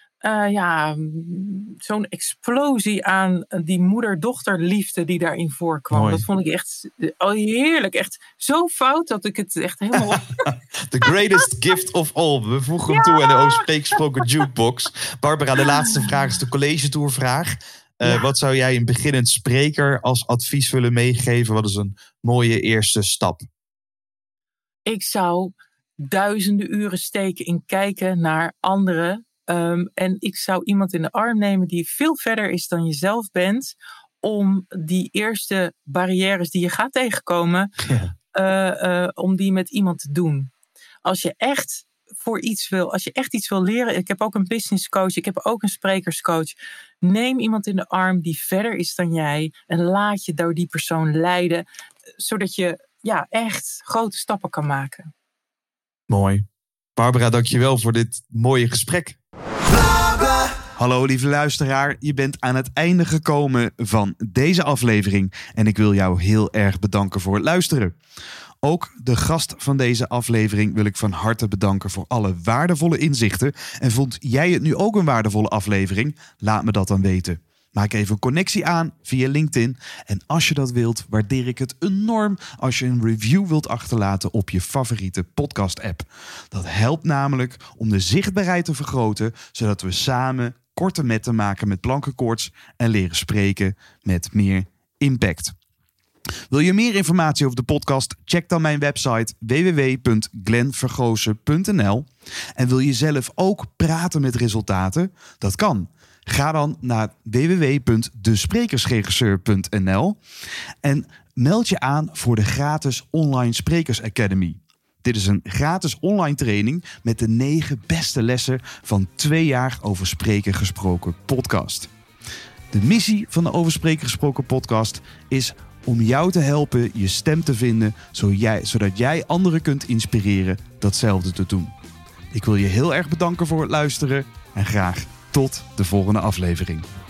explosie aan die moeder-dochterliefde die daarin voorkwam. Mooi. Dat vond ik echt heerlijk. Echt zo fout dat ik het echt helemaal... The Greatest Gift of All. We voegen hem toe in de Overspreekgesproken Jukebox. Barbara, de laatste vraag is de college tourvraag. Wat zou jij een beginnend spreker als advies willen meegeven? Wat is een mooie eerste stap? Ik zou duizenden uren steken in kijken naar anderen. En ik zou iemand in de arm nemen die veel verder is dan je zelf bent. Om die eerste barrières die je gaat tegenkomen, om die met iemand te doen. Als je echt iets wil leren. Ik heb ook een business coach. Ik heb ook een sprekerscoach. Neem iemand in de arm die verder is dan jij. En laat je door die persoon leiden. Zodat je echt grote stappen kan maken. Mooi. Barbara, dankjewel voor dit mooie gesprek. Hallo lieve luisteraar, je bent aan het einde gekomen van deze aflevering. En ik wil jou heel erg bedanken voor het luisteren. Ook de gast van deze aflevering wil ik van harte bedanken voor alle waardevolle inzichten. En vond jij het nu ook een waardevolle aflevering? Laat me dat dan weten. Maak even een connectie aan via LinkedIn. En als je dat wilt, waardeer ik het enorm als je een review wilt achterlaten op je favoriete podcast-app. Dat helpt namelijk om de zichtbaarheid te vergroten, zodat we samen korte metten maken met plankenkoorts en leren spreken met meer impact. Wil je meer informatie over de podcast? Check dan mijn website www.glenvergozen.nl. En wil je zelf ook praten met resultaten? Dat kan. Ga dan naar www.desprekersregisseur.nl en meld je aan voor de gratis Online Sprekers Academy. Dit is een gratis online training met de 9 beste lessen van 2 jaar Over Spreken Gesproken podcast. De missie van de Over Spreken Gesproken podcast is om jou te helpen je stem te vinden, zodat jij anderen kunt inspireren datzelfde te doen. Ik wil je heel erg bedanken voor het luisteren en graag tot de volgende aflevering.